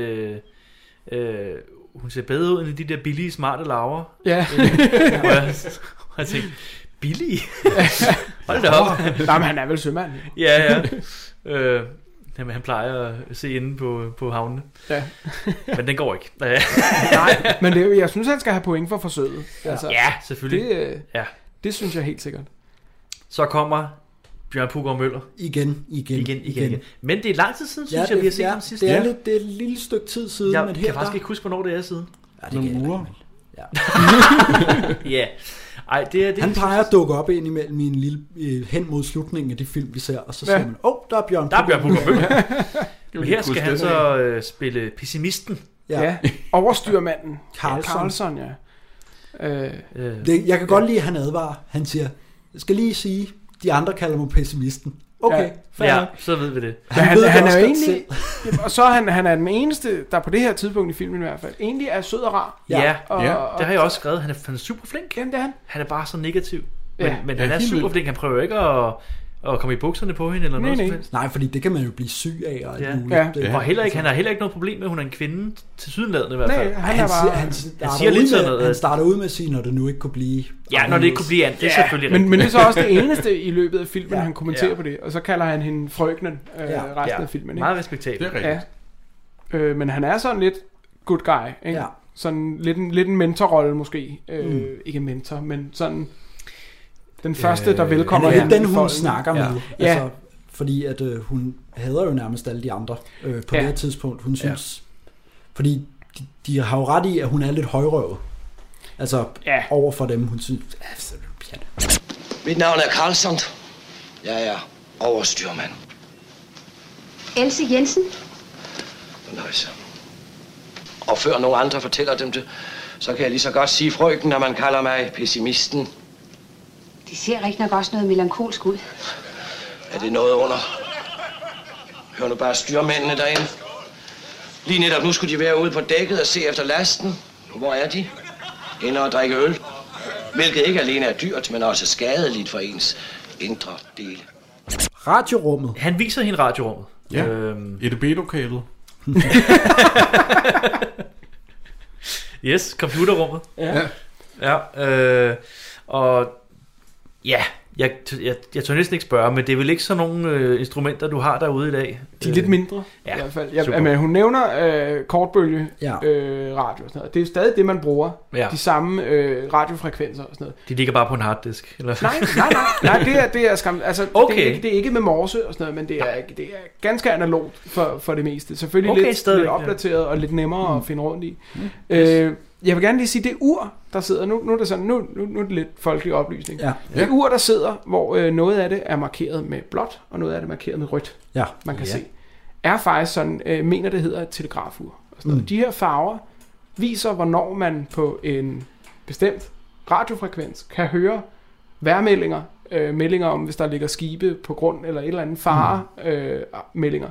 at hun ser bedre ud end de der billige, smarte laver. Ja. Jeg tænkte, billige? Hold da op. Nej, men han er vel sømand. Ja. Jamen, han plejer at se inde på havnene. Ja. Men den går ikke. Nej, men jeg synes, han skal have point for forsøget. Altså, ja, selvfølgelig. Det synes jeg helt sikkert. Så kommer Bjørn Puggaard Møller. Igen. Men det er lang tid siden, synes jeg, vi har set ham sidst. Det er et lille stykke tid siden. Jeg kan faktisk ikke huske, hvornår det er siden. Nogle uger. Ja. Ej, det han plejer at dukke op ind imellem i en lille hen mod slutningen af de film, vi ser, og så siger man, er Bjørn Puggaard. Men her skal han så spille pessimisten. Ja. Overstyrmanden. Carlson, ja. Jeg kan godt lide, at han advarer. Han siger, jeg skal lige sige, de andre kalder mig pessimisten. Okay, ja, så ved vi det. Han er jo egentlig, og så han er den eneste, der på det her tidspunkt i filmen i hvert fald, egentlig er sød og rar. Ja, det har jeg også skrevet. Han er super flink. Jamen, det er han. Han er bare så negativ. Men han er super flink. Han prøver ikke at komme i bukserne på hende eller noget som helst. Nej, fordi det kan man jo blive syg af. Og han har heller ikke noget problem med, at hun er en kvinde til sydenladende i hvert fald. Han starter ud med at sige, når det nu ikke kunne blive... Ja, når det ikke kunne blive andet. Det er selvfølgelig rigtigt. Men det er så også det eneste i løbet af filmen, han kommenterer på det. Og så kalder han hende frøkenen resten af filmen. Ikke? Meget respektabelt. Det er rigtigt. Men han er sådan lidt good guy. Ikke? Ja. Sådan lidt en mentorrolle måske. Ikke mentor, men sådan... Den første, der velkommer hende. Den, hun snakker med. Altså, fordi at hun hader jo nærmest alle de andre på det her tidspunkt. Hun synes... Fordi de har jo ret i, at hun er lidt højrøvet. Altså, over for dem. Hun synes... Mit navn er Carlson. Jeg er overstyrmand. Else Jensen. Nice. Og før nogle andre fortæller dem det, så kan jeg lige så godt sige frøken, når man kalder mig pessimisten. Det ser rigtig nok også noget melankolsk ud. Er det noget under? Hør nu bare styrmændene derinde. Lige netop nu skulle de være ude på dækket og se efter lasten. Hvor er de? Inde og drikke øl. Hvilket ikke alene er dyrt, men også skadeligt for ens indre dele. Radiorummet. Han viser hende radiorummet. Ja, EDB-lokalet. Yes, computerrummet. Og ja, jeg tør næsten ikke spørge, men det er vel ikke sådan nogle instrumenter, du har derude i dag? De er lidt mindre, i hvert fald. Men hun nævner kortbølge radio og sådan noget. Det er jo stadig det, man bruger. Ja. De samme radiofrekvenser og sådan noget. De ligger bare på en harddisk? Eller? Nej, det er skam. Altså, okay. det er ikke med morse og sådan noget, men det er ganske analogt for det meste. Selvfølgelig lidt opdateret og lidt nemmere at finde rundt i. Jeg vil gerne lige sige, det ur, der sidder, nu er det sådan, nu er det lidt folkelig oplysning. Ja. Det ur, der sidder, hvor noget af det er markeret med blåt, og noget af det er markeret med rødt, man kan se, er faktisk sådan, mener det hedder et telegrafur. De her farver viser, hvornår man på en bestemt radiofrekvens kan høre vejrmeldinger, meldinger om, hvis der ligger skibe på grund, eller et eller andet faremeldinger.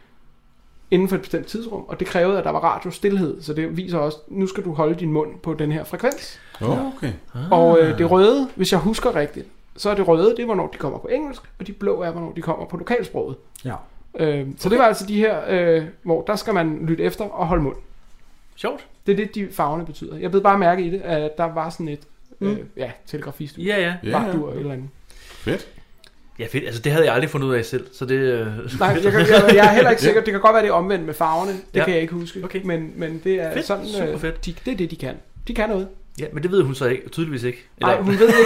Inden for et bestemt tidsrum, og det krævede, at der var radiostilhed, så det viser også, nu skal du holde din mund på den her frekvens. Okay. Og det røde, hvis jeg husker rigtigt, så er det røde, det er, hvornår de kommer på engelsk, og de blå er, hvornår de kommer på lokalsproget. Ja. Så det var altså de her, hvor der skal man lytte efter og holde mund. Sjovt. Det er det, de farverne betyder. Jeg blev bare mærke i det, at der var sådan et telegrafistudie. Vagtur eller andet. Fedt. Ja, fedt. Altså, det havde jeg aldrig fundet ud af selv, så det... Nej, jeg er heller ikke sikker. Det kan godt være, det er omvendt med farverne. Det kan jeg ikke huske. Okay. Men det er fedt. Sådan... Super fedt. Det er det, de kan. De kan noget. Ja, men det ved hun så ikke, tydeligvis ikke. Nej,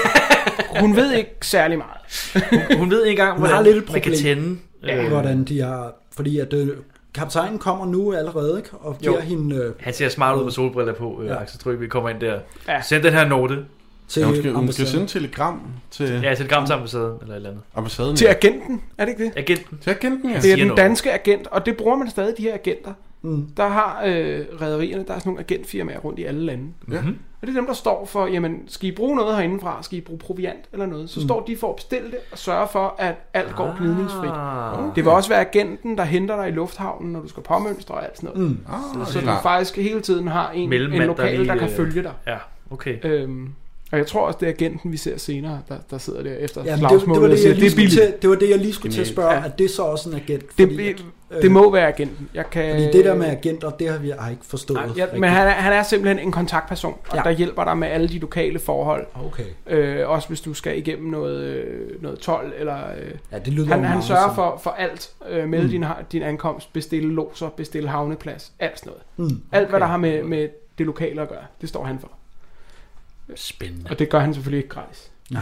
hun ved ikke særlig meget. Hun ved ikke engang, hvordan man kan tænde. Hvordan de har... Fordi at kaptajnen kommer nu allerede, ikke? Og giver hende... Han ser smart ud med solbriller på, Axel Tryg, vi kommer ind der. Ja. Send den her note. Hun skal sende telegram til... Ja, telegram til ambassaden, eller et eller andet. Ambassaden, til agenten, er det ikke det? Agenten. Til agenten, ja. Det er den danske agent, og det bruger man stadig, de her agenter. Der har rederierne, der er sådan nogle agentfirmaer rundt i alle lande. Ja. Og det er dem, der står for, jamen, skal I bruge noget herindefra? Skal I bruge proviant eller noget? Så står de for at bestille det og sørge for, at alt går gnidningsfrit. Okay. Det vil også være agenten, der henter dig i lufthavnen, når du skal påmønstre og alt sådan noget. Så du faktisk hele tiden har en lokal, der kan følge dig. Ja, okay. Og jeg tror også, det er agenten, vi ser senere, der sidder der efter slagsmålet og siger, det er billigt. Det var det, jeg lige skulle til at spørge, at det er så også en agent? Det må være agenten. Fordi det der med agenter, det har vi ikke forstået. Nej, men han er simpelthen en kontaktperson, der hjælper dig med alle de lokale forhold. Okay. Også hvis du skal igennem noget told, eller... han sørger for alt med din ankomst, bestille lodser, bestille havneplads, alt sådan noget. Alt, hvad der har med det lokale at gøre, det står han for. Spændende. Og det gør han selvfølgelig ikke gratis. Nej.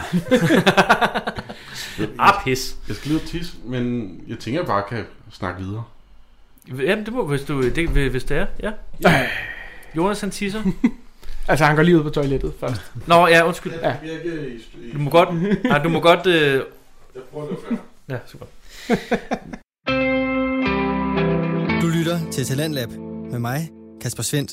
Pis. Jeg skal lige tisse, men jeg tænker, jeg bare kan snakke videre. Jamen, det må, hvis det er. Ja. Jonas, han tisser. Altså, han går lige ud på toilettet først. Nå, ja, undskyld. Ja. Du må godt... Jeg prøver at gøre. Ja, super. lytter til Talentlab med mig, Kasper Svendt.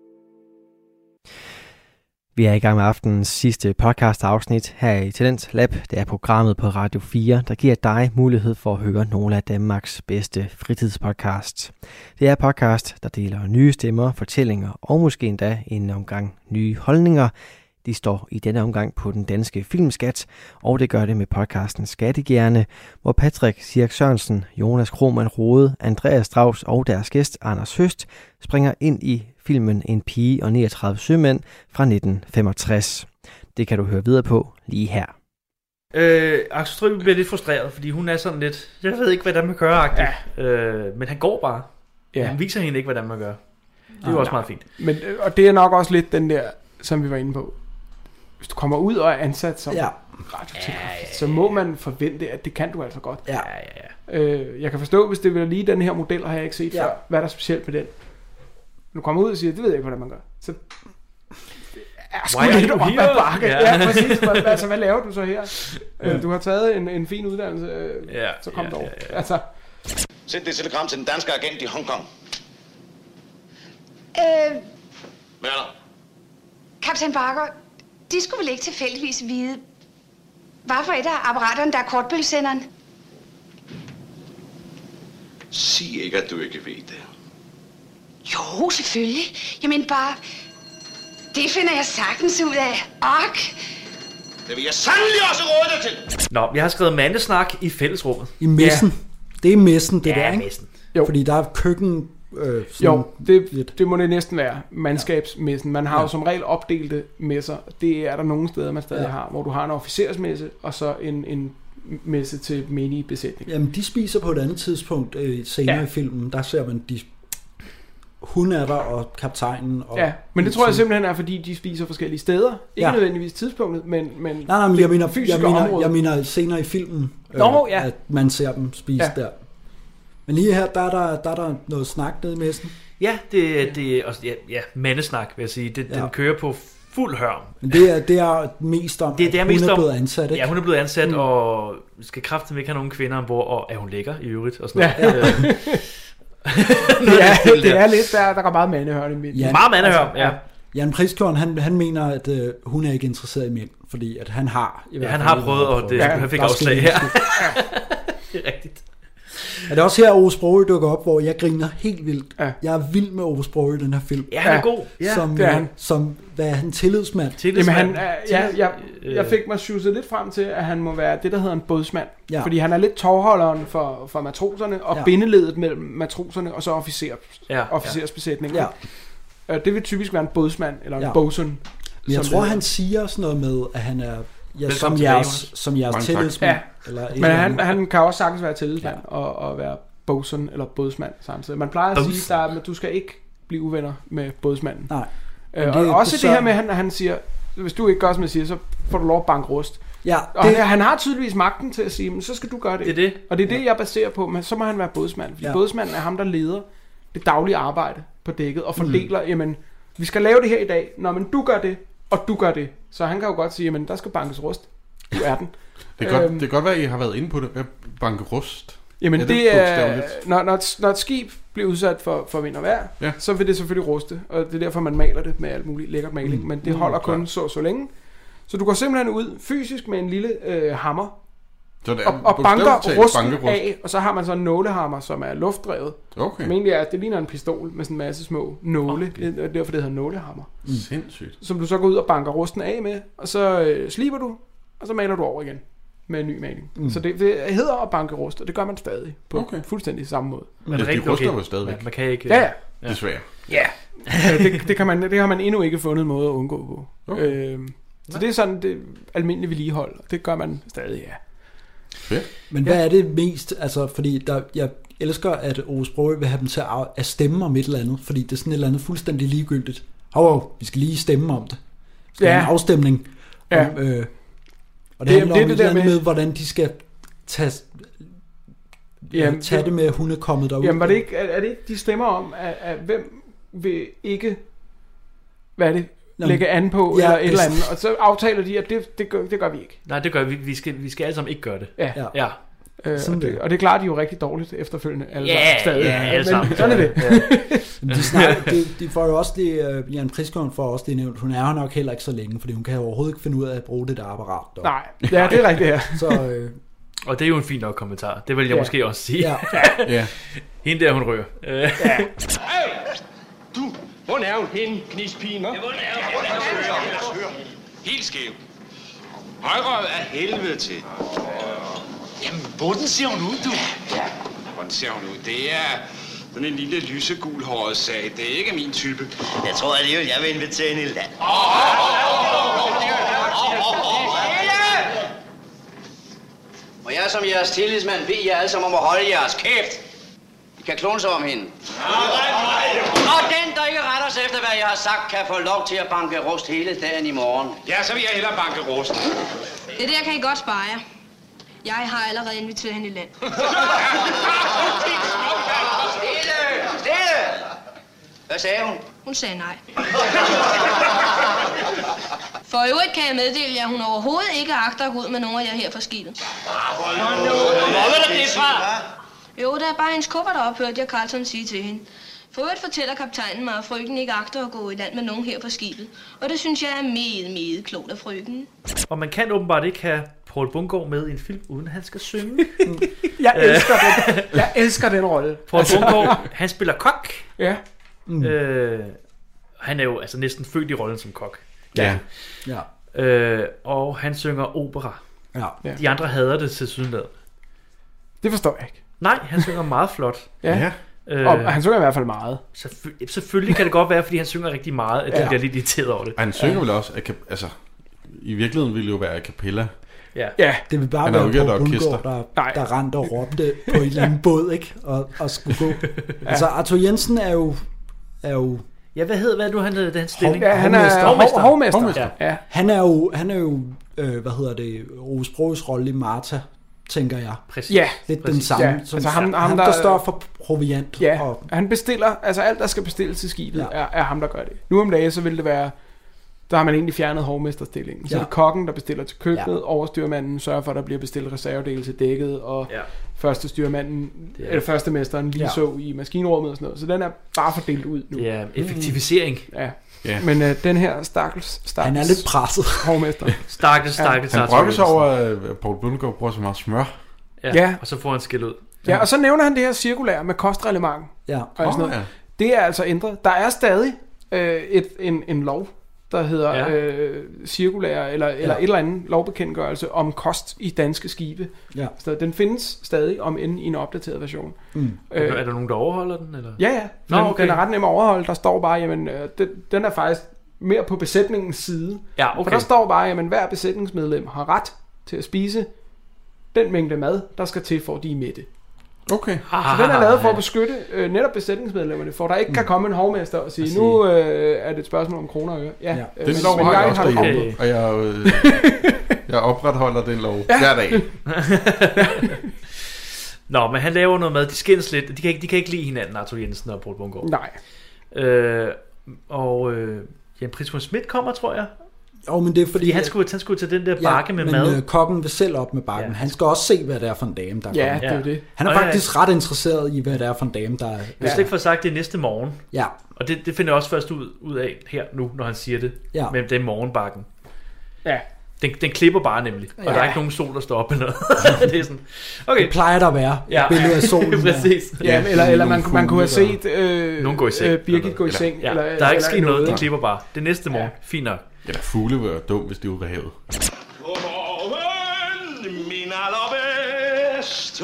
Vi er i gang med aftenens sidste podcast-afsnit her i Talentlab. Det er programmet på Radio 4, der giver dig mulighed for at høre nogle af Danmarks bedste fritidspodcasts. Det er podcast, der deler nye stemmer, fortællinger og måske endda en omgang nye holdninger. De står i denne omgang på den danske filmskat, og det gør det med podcasten Skattegærne, hvor Patrick Sirk Sørensen, Jonas Krohmann Rode, Andreas Strauss og deres gæst Anders Høst springer ind i filmen En pige og 39 sømænd fra 1965. Det kan du høre videre på lige her. Axel Strøby bliver lidt frustreret, fordi hun er sådan lidt, jeg ved ikke, hvordan man gør, men han går bare. Ja. Han viser hende ikke, hvordan man gør. Det er jo også meget fint. Men, og det er nok også lidt den der, som vi var inde på. Hvis du kommer ud og er ansat som radiotelegrafist, så må man forvente, at det kan du altså godt. Jeg kan forstå, hvis det vil lige den her model, har jeg ikke set før. Hvad er der specielt på den? Du kommer ud og siger, det ved jeg ikke, hvordan man gør. Så sgu lidt op ad bakke. Ja, præcis. Altså, hvad laver du så her? Du har taget en fin uddannelse, så kom derover. Altså. Send det telegram til den danske agent i Hongkong. Hvad er der? Kaptajn Barker, de skulle vel ikke tilfældigvis vide, hvad for et af apparaterne, der er kortbølgesenderen? Sig ikke, at du ikke ved det. Jo, selvfølgelig. Jeg mener bare, det finder jeg sagtens ud af. Ok. Det vil jeg sandelig også råde dig til. Nå, jeg har skrevet mandesnak i fællesrummet. I messen. Ja. Det er messen, det der, ikke? Messen. Jo. Fordi der er køkken... Jo, det må det næsten være. Mandskabsmessen. Man har jo som regel opdelte messer. Det er der nogle steder, man stadig har, hvor du har en officersmesse, og så en messe til menige besætning. Jamen, de spiser på et andet tidspunkt senere i filmen. Der ser man, hun er der, og kaptajnen. Og men det tror jeg simpelthen er, fordi de spiser forskellige steder. Ikke nødvendigvis tidspunktet, men nej, men jeg mener senere i filmen, at man ser dem spise der. Men lige her, der er der noget snak nede i messen. Ja, det er også mandesnak, vil jeg sige. Den kører på fuld hørm. Men det er mest om, det er hun er blevet ansat, ikke? Ja, hun er blevet ansat, og skal kraften ikke have nogen kvinder ombord, og er hun lækker i øvrigt, og sådan noget. Det er lidt, der går meget mandehørm i midten. Meget mandehørm, ja. Jan Priskjorn, han mener, at hun er ikke interesseret i mænd, fordi at han har... han har prøvet, og han fik afslag her. Det er rigtigt. Er det også her, Ove Sprogøe dukker op, hvor jeg griner helt vildt. Jeg er vild med Ove Sprogøe i den her film. Ja, han er god. Som hvad er han, tillidsmand? Jamen, jeg fik mig sjusset lidt frem til, at han må være det, der hedder en bådsmand. Ja. Fordi han er lidt tovholderen for matroserne, og bindeledet mellem matroserne, og så officersbesætningen. Ja. Det vil typisk være en bådsmand, eller en bosun. Jeg tror, han siger sådan noget med, at han er... Ja, som jeres tillidsmand. Ja. Men han kan også sagtens være tillidsmand og være bosun eller bådsmand samtidig. Man plejer at sige, at du skal ikke blive uvenner med bådsmanden. Nej. Og også det her med, at han siger, hvis du ikke gør, som jeg siger, så får du lov at banke rust. Ja, og han har tydeligvis magten til at sige, men så skal du gøre det. Det er det. Og det er det, jeg baserer på, men så må han være bådsmand. Fordi bådsmanden er ham, der leder det daglige arbejde på dækket og fordeler, jamen, vi skal lave det her i dag. Nå, men du gør det, og du gør det. Så han kan jo godt sige, jamen, der skal bankes rust. Du er den. Det kan godt være, at I har været inde på det. Banke rust. Jamen det er, når et skib bliver udsat for vind og vejr, så vil det selvfølgelig ruste. Og det er derfor, man maler det med alt muligt lækkert maling. Men det holder kun så længe. Så du går simpelthen ud fysisk med en lille hammer. Og banker rusten af. Og så har man så en nålehammer, som er luftdrevet. Okay. Som egentlig er, det ligner en pistol med sådan en masse små nåle. Okay. Det er derfor, det hedder nålehammer. Sindssygt. Som du så går ud og banker rusten af med. Og så sliber du. Og så maler du over igen med en ny maling. Så det hedder at banke rust, og det gør man stadig på fuldstændig samme måde. Men de ruster jo stadigvæk. Man kan ikke... Ja. Desværre. Ja. Det har man endnu ikke fundet en måde at undgå på. Okay. Så det er sådan det almindelige vedligehold, og det gør man stadig, Men hvad er det mest, altså fordi jeg elsker, at Ove Sprogøe vil have dem til at stemme om et eller andet, fordi det er sådan et eller andet fuldstændig ligegyldigt. Vi skal lige stemme om det. Vi skal have en afstemning. Ja. Og det handler om et eller andet med, hvordan de skal tage det med, at hun er kommet derud. Jamen, er det ikke, de stemmer om, at hvem vil ikke, hvad er det, lægge an på, eller et eller andet, og så aftaler de, at det gør vi ikke. Nej, det gør vi. Vi skal alle sammen ikke gøre det. Ja. Og det klarer de jo rigtig dårligt efterfølgende. Stadig. Sådan er det. De får jo også det, Jan Priskov får også det nævnt, hun er nok heller ikke så længe, fordi hun kan overhovedet ikke finde ud af at bruge det der apparat. Nej, det er rigtigt her. Så, og det er jo en fin nok kommentar. Det vil jeg måske også sige. Ja. Hende der, hun rører. Du, hvor er hun henne, knispigen? Helt skæv. Højrøvet er helvede til. Jamen, hvordan ser hun ud, du? Ja, hvordan ser hun ud? Det er sådan en lille lysegulhåret sag. Det er ikke min type. Jeg tror alligevel, jeg vil invitere hende i land. Og jeg som jeres tillidsmand beder jer alle sammen om at holde jeres kæft. I kan klone sig om hende. Og den, der ikke retter sig efter, hvad jeg har sagt, kan få lov til at banke rust hele dagen i morgen. Ja, så vil jeg hellere banke rust. Det der kan I godt spare jer. Jeg har allerede inviteret hende i land. Stille! Hvad sagde hun? Hun sagde nej. For øvrigt kan jeg meddele, at hun overhovedet ikke agter at gå ud med nogen af jer her fra skibet. Hvor vil der blive fra? Jo, der er bare hendes kuffert, der ophørte jeg Carlson sige til hende. For øvrigt fortæller kaptajnen mig, at frøken ikke agter at gå i land med nogen her fra skibet. Og det synes jeg er meget klogt af frøken. Og man kan åbenbart ikke have Poul Bundgaard med i en film, uden at han skal synge. Jeg elsker den rolle. Poul Bundgaard, han spiller kok. Ja. Han er jo altså næsten født i rollen som kok. Ja. Og han synger opera. Ja. De andre hader det til sydenladet. Det forstår jeg ikke. Nej, han synger meget flot. Ja. Og han synger i hvert fald meget. Selvfølgelig kan det godt være, fordi han synger rigtig meget, at de bliver lidt irriteret over det. Og han synger vel også, altså i virkeligheden ville det jo være a cappella. Ja, det vil bare være Poul Bundgaard, der rendte og råbte på en eller anden båd, ikke? Og skulle gå. Altså Arthur Jensen er jo ja, hvad hed han hed den stilling? Han er hovmester. Ja. Han er jo Rose Broes rolle i Martha, tænker jeg. Præcis. Ja, lidt den samme. Ja. Som, altså ham der står for proviant. Ja, og han bestiller, altså alt der skal bestilles til skibet, er ham der gør det. Nu om dagen så vil det være, der har man egentlig fjernet hovmesterstillingen. Så er det kokken, der bestiller til køkkenet, overstyrmanden sørger for, at der bliver bestilt reservedele til dækket, og første styrmanden, eller første mesteren lige så i maskinrummet og sådan noget. Så den er bare fordelt ud nu. Ja, effektivisering. Ja. Men den her stakkels han er lidt presset. Hovmester. Stakkels. Han brokker sig over, at Poul Bundgaard bruger så meget smør. Ja, og så får han skæld ud. Ja, og så nævner han det her cirkulære med kostreglement. Ja. Og sådan noget. Det er altså ændret. Der er stadig en lov, der hedder cirkulære eller et eller andet lovbekendtgørelse om kost i danske skibe. Ja. Så den findes stadig, om end i en opdateret version. Er der nogen, der overholder den? Eller? Ja. Den er ret nem at overholde. Der står bare, jamen, den er faktisk mere på besætningens side. Ja, okay. For der står bare, jamen, hver besætningsmedlem har ret til at spise den mængde mad, der skal til, for at de er mætte. Okay. Så den er lavet for at beskytte netop besætningsmedlemmerne, for der ikke kan komme en hovmester og sige, nu er det et spørgsmål om kroner og øre. Ja. Den lov har jeg også derhjemme, og jeg opretholder den lov hver dag. Nå, men han laver noget mad, de skændes lidt, de kan ikke lide hinanden, Arthur Jensen og Poul Bundgaard. Nej. Jan Prisco Schmidt kommer, tror jeg. Jo, men det er fordi han skulle tage den der bakke med mad. Men kokken vil selv op med bakken. Han skal også se, hvad det er for en dame, der kommer. Ja, det er det. Han er faktisk ret interesseret i, hvad det er for en dame, der er. Jeg skal ikke få sagt det næste morgen. Ja. Og det finder jeg også først ud af her nu, når han siger det. Ja. Med den morgenbakken. Ja. Den klipper bare nemlig. Og der er ikke nogen sol, der står op eller noget. Det er sådan. Okay. Det plejer der at være. Billedet af solen. Præcis. Ja, eller man kunne have set nogen gå i seng. Birgit gå i seng. Ja. Der er ikke sket noget, de klipper bare. Det næste morgen. Fint nok. Eller fugle var dum, hvis de var ved havet. Godmorgen, min allerbedste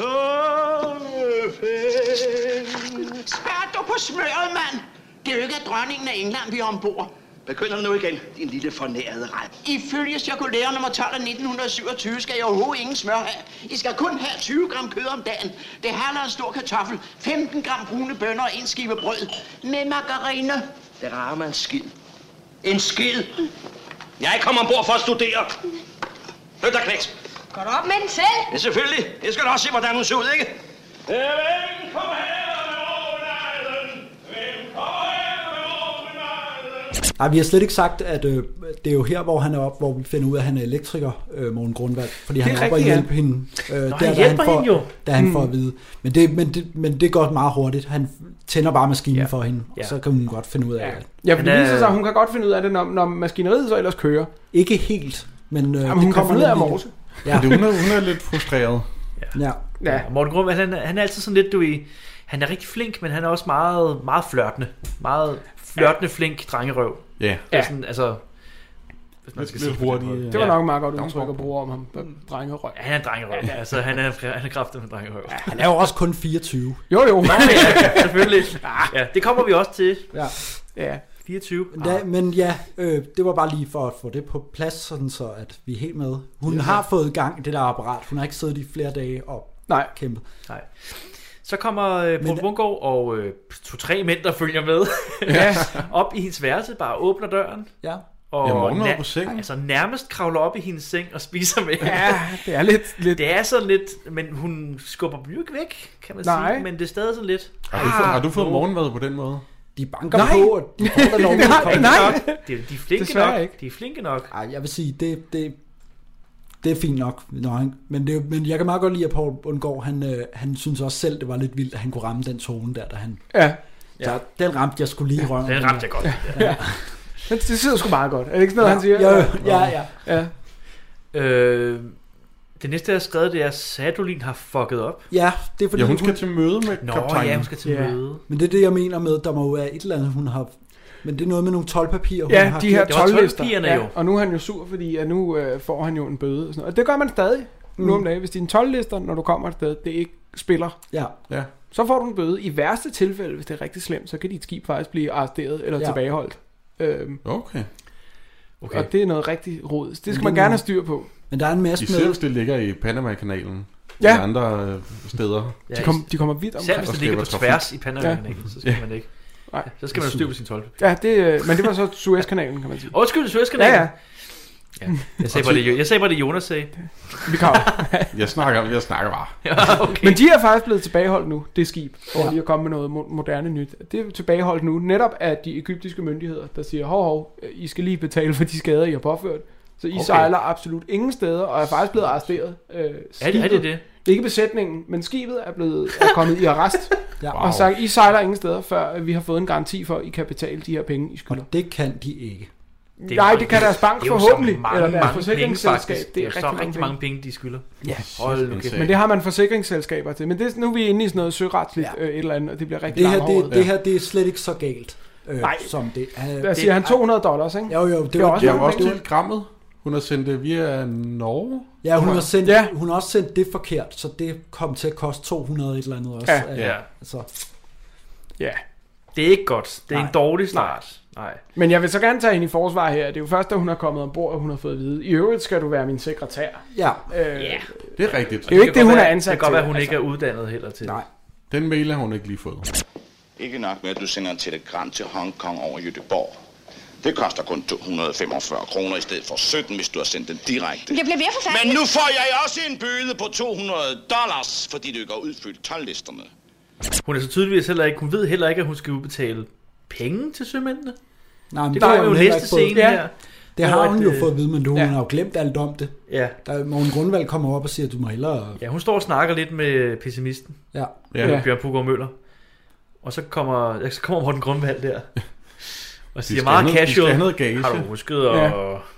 ven. Spær du på smøret, mand. Det er jo ikke dronningen af England, vi er ombord. Begynder nu igen, din lille fornærede ret. Ifølge cirkulære nummer 12 af 1927 skal jeg overhovedet ingen smør have. I skal kun have 20 gram kød om dagen. Det handler en stor kartoffel, 15 gram brune bønner og en skive brød. Med margarine. Det rager man skid. En skid? Jeg kommer ombord for at studere. Flyt dig, knæks. Går du op med den selv? Ja, selvfølgelig. Jeg skal da også se, hvordan hun ser ud, ikke? Hvem kommer her med overnaden? Hvem kommer her med overnaden? Nej, vi har slet ikke sagt, at det er jo her, hvor han er op, hvor vi finder ud af, at han er elektriker, Morten Grundvald, fordi han er oppe og hjælpe hende. Da han får at vide. Men det går meget hurtigt. Han tænder bare maskinen for hende, og så kan hun godt finde ud af det. Ja, for det viser sig, at hun kan godt finde ud af det, når maskineriet så ellers kører. Ikke helt, men hun kan finde ud af morse. Ja. Hun er lidt frustreret. Ja. Morten Grundvald, han er altid sådan lidt, han er rigtig flink, men han er også meget, meget flirtende. Meget flirtende, flink drengerøv. Ja. Sådan, altså, hvis man skal sige hurtigt. Det var nok meget godt udtryk at bruge om ham. Drengerøv. Ja, han er drengerøv. Ja. Altså, han er kraftig med drengerøv. Ja, han er jo også kun 24. Jo. Nej, selvfølgelig. Ja, det kommer vi også til. Ja. 24. Men det var bare lige for at få det på plads, sådan så at vi er helt med. Hun har fået gang i det der apparat. Hun har ikke siddet i flere dage og kæmpet. Nej. Så kommer Poul Bundgaard og 2-3 mænd, der følger med, op i hendes værelse, bare åbner døren. Ja. Og på sengen. Altså nærmest kravler op i hendes seng og spiser med. Ja, det er lidt... Det er sådan lidt, men hun skubber dem jo ikke væk, kan man sige. Men det er stadig sådan lidt... Har du fået morgenmad på den måde? De banker på, og de får da lov til at komme. Nej. De er flinke nok. Ikke. De er flinke nok. Ej, jeg vil sige, det er fint nok. Men jeg kan meget godt lide, at Poul Bundgaard, han synes også selv, det var lidt vildt, at han kunne ramme den tone der, da han... Ja. Så den ramte jeg skulle lige i røven. Den ramte jeg godt. Ja. Det sidder sgu meget godt. Er det ikke sådan noget, han siger? Ja. Det næste, jeg har skrevet, det er, at Sadolin har fucket op. Ja, det er fordi... Ja, hun skal til møde med kaptajnen. Ja, hun skal til møde. Men det er det, jeg mener med, der må jo være et eller andet, hun har... Men det er noget med nogle 12-papirer, hun har... Ja, de her 12-lister. Jo. Og nu er han jo sur, fordi at nu får han jo en bøde. Og sådan noget. Og det gør man stadig nu om dagen. Hvis dine 12-lister, når du kommer et sted, det ikke spiller, så får du en bøde. I værste tilfælde, hvis det er rigtig slemt, så kan dit skib faktisk blive arresteret eller tilbageholdt. Okay. Og det er noget rigtig rod. Det skal man gerne have styr på. Men der er en masse med... Især det ligger i Panama-kanalen. Ja. Og andre steder. Ja, de kommer vidt omkring. Selv hvis det ligger på tværs i Panama-kanalen, så skal man ikke... Nej, så skal man styr på sin 12. Ja, men det var så Suezkanalen, kan man sige. Undskyld, Suezkanalen. Ja. Jeg sagde bare det Jonas sagde. Jeg snakker bare. Ja, okay. Men de er faktisk blevet tilbageholdt nu, det skib, og de er kommet med noget moderne nyt. Det er tilbageholdt nu, netop af de egyptiske myndigheder, der siger, hov, I skal lige betale for de skader, I har påført. Så I sejler absolut ingen steder, og er faktisk blevet arresteret. Er det? Ikke besætningen, men skibet er kommet i arrest. Og sagt, I sejler ingen steder, før vi har fået en garanti for, at I kan betale de her penge, I skylder. Og det kan de ikke. Nej, det kan deres bank forhåbentlig, eller deres forsikringsselskab. Det er rigtig mange penge, de skylder. Ja, men det har man forsikringsselskaber til. Men det, nu er vi inde i sådan noget søretsligt et eller andet, og det bliver rigtig langhåret. Det her, det er slet ikke så galt, som det. Der siger han $200, ikke? Jo, det var også telegrammet. Hun har sendt det via Norge. Ja, hun har også sendt det forkert, så det kom til at koste 200 et eller andet også. Ja. Det er ikke godt. Det er en dårlig start. Nej. Men jeg vil så gerne tage hende i forsvar her. Det er jo først, da hun er kommet ombord, og hun har fået at vide. I øvrigt skal du være min sekretær. Ja. Det er rigtigt. Det er jo ikke det, hun er ansat til. Det kan godt være, hun ikke er uddannet heller til. Nej. Den mail har hun ikke lige fået. Ikke nok med, at du sender et telegram til Hongkong over Göteborg. Det koster kun 245 kroner i stedet for 17, hvis du har sendt den direkte. Jeg bliver ved at forfærdelig. Men nu får jeg også en bøde på $200, fordi du ikke har udfyldt 12-listerne. Hun er så tydeligvis heller ikke, hun ved heller ikke, at hun skal udbetale penge til sømændene. Nej, men det går jo næste scene her. Det har hun jo fået at vide, men hun har jo glemt alt om det. Ja. Der Morten Grundvald kommer op og siger, at du må hellere... Ja, hun står og snakker lidt med pessimisten. Ja. Bjørn Puggaard Møller. Og så kommer Morten Grundvald der. Og siger meget casual. Har du husket at...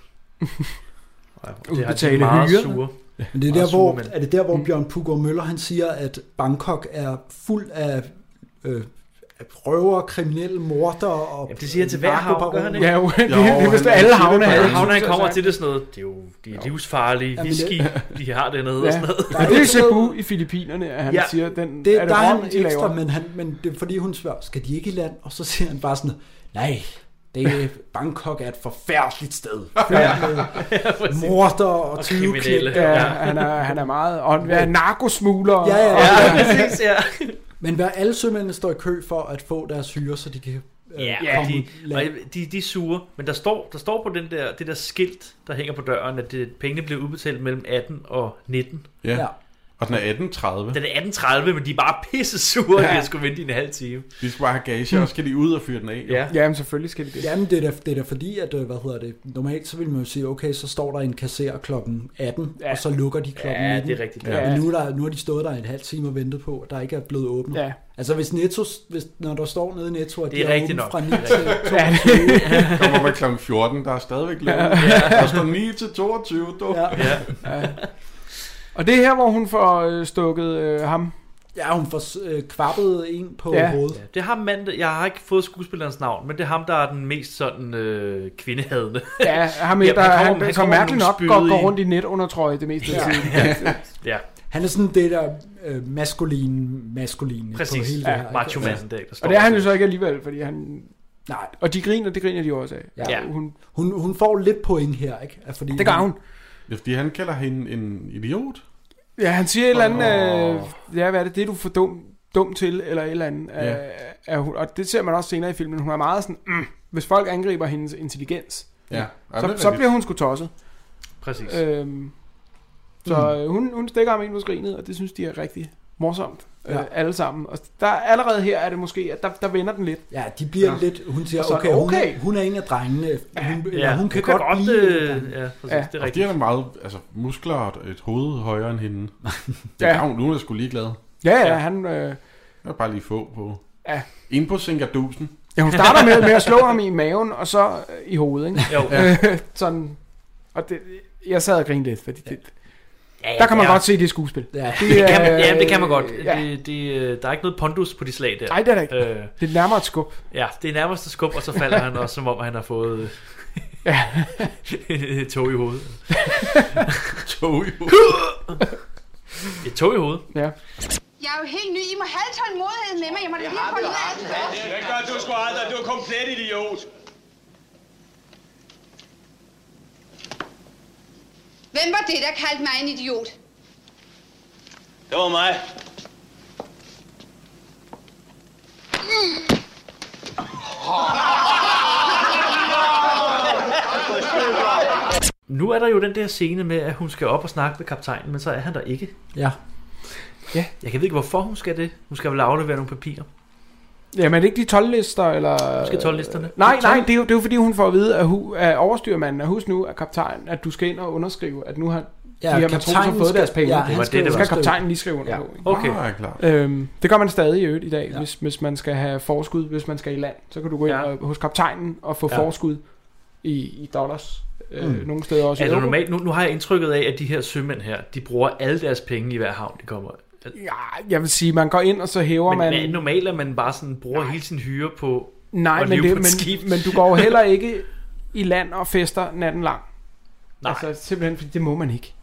Udbetale hyre. Men det er der, hvor Bjørn Puggaard Møller, han siger, at Bangkok er fuld af røver, kriminelle, morder og... Ja, det siger han til hver havn, gør han ikke? Ja, jo. Det vidste alle havne. Alle havne, han kommer til det sådan noget. De er livsfarlige, whisky, de har det nede og sådan noget. Det er Cebu i Filippinerne, at han siger, der er han ekstra, men det er fordi hun spørger, skal de ikke i land? Og så siger han bare sådan, nej, Bangkok er et forfærdeligt sted. Morder og tyveknæl. Ja, han er meget... Og han er narkosmugler. Ja, præcis, ja. Men hvad alle sømændene står i kø for at få deres hyre, så de kan de er sure. Men der står på det der skilt, der hænger på døren, at pengene bliver udbetalt mellem 18 og 19. Ja. Og den er 18.30. Den er 18.30, men de er bare pisse sure, at jeg skulle vente i en halv time. De skal bare have gage, og skal de ud og fyre den af. Ja, jamen selvfølgelig skal de det. Jamen det er da fordi, at, normalt så vil man jo sige, okay, så står der en kasser klokken 18, og så lukker de klokken 19. Ja, det er rigtigt. Ja. Men nu har de stået der en halv time og ventet på, at der ikke er blevet åbnet. Ja. Altså hvis når der står nede i Netto, at de er åbent fra 9 til 22. Kommer man klokken 14, der er stadigvæk lukket. Der står 9 til 22. Ja. Og det er her, hvor hun får stukket ham. Ja, hun får kvappet en på hovedet. Ja, det er ham mand, jeg har ikke fået skuespillerens navn, men det er ham, der er den mest sådan kvindehadende. Ja, ham han så mærkeligt nok går rundt i netundertrøje det meste af tiden. Ja. Han er sådan det der maskulin præcis, på hele det her. macho-manden der står. Og det er han jo så ikke alligevel, fordi han... Nej, og det griner de også af. Ja. Hun får lidt point her, ikke? Fordi det gør hun. Ja, fordi han kalder hende en idiot. Ja, han siger et eller andet, hvad er det, du er for dum til, eller et eller andet. Og det ser man også senere i filmen. Hun er meget sådan, hvis folk angriber hendes intelligens, så bliver hun sgu tosset. Præcis. Så hun stikker ham ind på skrinet, og det synes de er rigtig morsomt. Alle sammen. Og der allerede her er det måske, at der vender den lidt. Ja, de bliver lidt, hun siger, okay. Hun er en af drengene. Hun kan godt lide det. Ja, præcis, det er rigtigt. Og de har meget muskler og et hoved højere end hende. Nu er jeg sgu ligeglad. Ja, han... Jeg vil bare lige få på... Ja. Ind på Singadusen. Ja, hun starter med at slå ham i maven, og så i hovedet, ikke? Jo. Sådan... Og det, jeg sad og grinede lidt, fordi det... Der kan man godt se det skuespil. Ja, det kan man godt. Ja. Der er ikke noget pondus på de slag der. Nej, det er der ikke. Det er nærmere et skub. Ja, det er nærmest et skub, og så falder han også, som om han har fået et tog i hovedet. Tog i hovedet? Et tog i hovedet? Ja. Jeg er jo helt ny. I må have tålmodighed med mig. Jeg må da lige få ud af det. Det gør du sgu aldrig. Du er komplet idiot. Hvem var det, der kaldte mig en idiot? Det var mig. Nu er der jo den der scene med, at hun skal op og snakke med kaptajnen, men så er han der ikke. Ja. Jeg kan ikke, hvorfor hun skal det. Hun skal vel aflevere nogle papirer. Jamen, er det ikke de 12-lister, eller... Måske 12-listerne? Nej, det er jo fordi, hun får at vide, at overstyrmanden, at husk nu, at kaptajnen, at du skal ind og underskrive, at nu har de her matroser fået deres penge. Det skal kaptajnen lige skrive under på. Okay. Det gør man stadig i øvrigt i dag, hvis man skal have forskud, hvis man skal i land. Så kan du gå ind hos kaptajnen og få forskud i dollars. Nogle steder også. Er det normalt? Nu har jeg indtrykket af, at de her sømænd her, de bruger alle deres penge i hver havn, de kommer. Ja, jeg vil sige, man går ind, og så hæver man... Men normalt, at man bare sådan bruger hele sin hyre på at leve på et skib. Men du går jo heller ikke i land og fester natten lang. Nej. Altså simpelthen, fordi det må man ikke.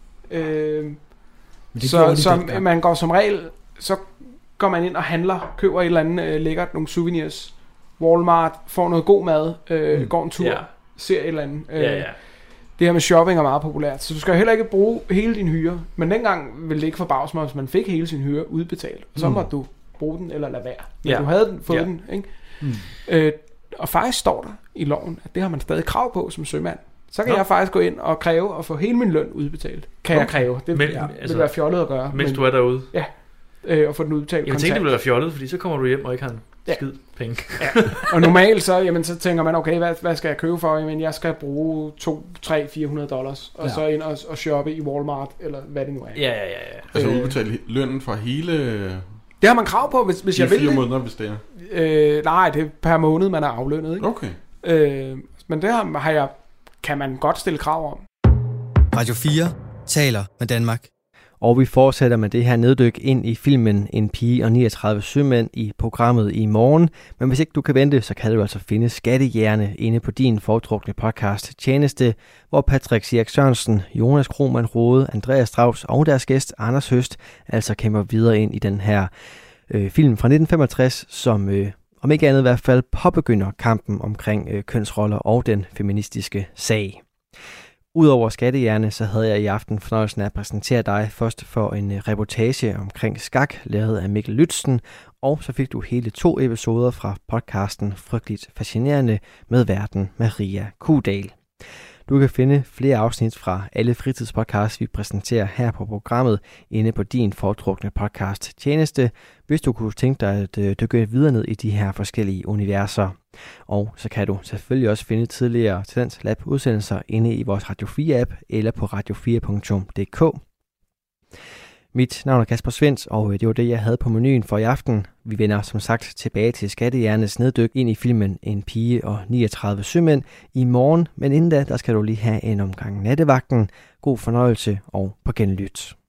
Så man går som regel, så går man ind og handler, køber et eller andet lækkert, nogle souvenirs, Walmart, får noget god mad, går en tur, ser et eller andet. Det her med shopping er meget populært, så du skal heller ikke bruge hele din hyre. Men dengang ville det ikke forbavse mig, hvis man fik hele sin hyre udbetalt. Så må du bruge den eller lade være. Men du havde fået den, ikke? Og faktisk står der i loven, at det har man stadig krav på som sømand. Så kan jeg faktisk gå ind og kræve at få hele min løn udbetalt. Kan jeg kræve. Det vil være fjollet at gøre. Mens du er derude? Ja. Og få den udbetalt kontant. Jeg tænkte, det ville være fjollet, fordi så kommer du hjem og ikke har en skid penge. Og normalt så tænker man, okay, hvad skal jeg købe for? Jamen, jeg skal bruge $200-400 og så ind og shoppe i Walmart, eller hvad det nu er. Ja. Altså udbetale lønnen for hele... Det har man krav på, hvis jeg vil 4 måneder, hvis det er. Nej, det er per måned, man er aflønnet, ikke? Okay. Men det kan man godt stille krav om. Radio 4 taler med Danmark. Og vi fortsætter med det her neddyk ind i filmen En pige og 39 sømænd i programmet i morgen. Men hvis ikke du kan vente, så kan du altså finde Skattejægerne inde på din foretrukne podcast tjeneste, hvor Patrick Sierk Sørensen, Jonas Krohmann Rode, Andreas Strauss og deres gæst Anders Høst altså kæmper videre ind i den her film fra 1965, som om ikke andet i hvert fald påbegynder kampen omkring kønsroller og den feministiske sag. Udover Skattejægerne, så havde jeg i aften fornøjelsen af at præsentere dig først for en reportage omkring skak, lavet af Mikkel Lytzen, og så fik du hele 2 episoder fra podcasten Frygteligt Fascinerende med værten Maria Kudal. Du kan finde flere afsnit fra alle fritidspodcasts, vi præsenterer her på programmet, inde på din foretrukne podcast tjeneste, hvis du kunne tænke dig at dykke videre ned i de her forskellige universer. Og så kan du selvfølgelig også finde tidligere Talents Lab udsendelser inde i vores Radio 4-app eller på radio4.dk. Mit navn er Kasper Svens, og det var det, jeg havde på menuen for i aften. Vi vender som sagt tilbage til Skattehjernes neddyk ind i filmen En pige og 39 sømænd i morgen. Men inden da, der skal du lige have en omgang nattevagten. God fornøjelse og på genlyt.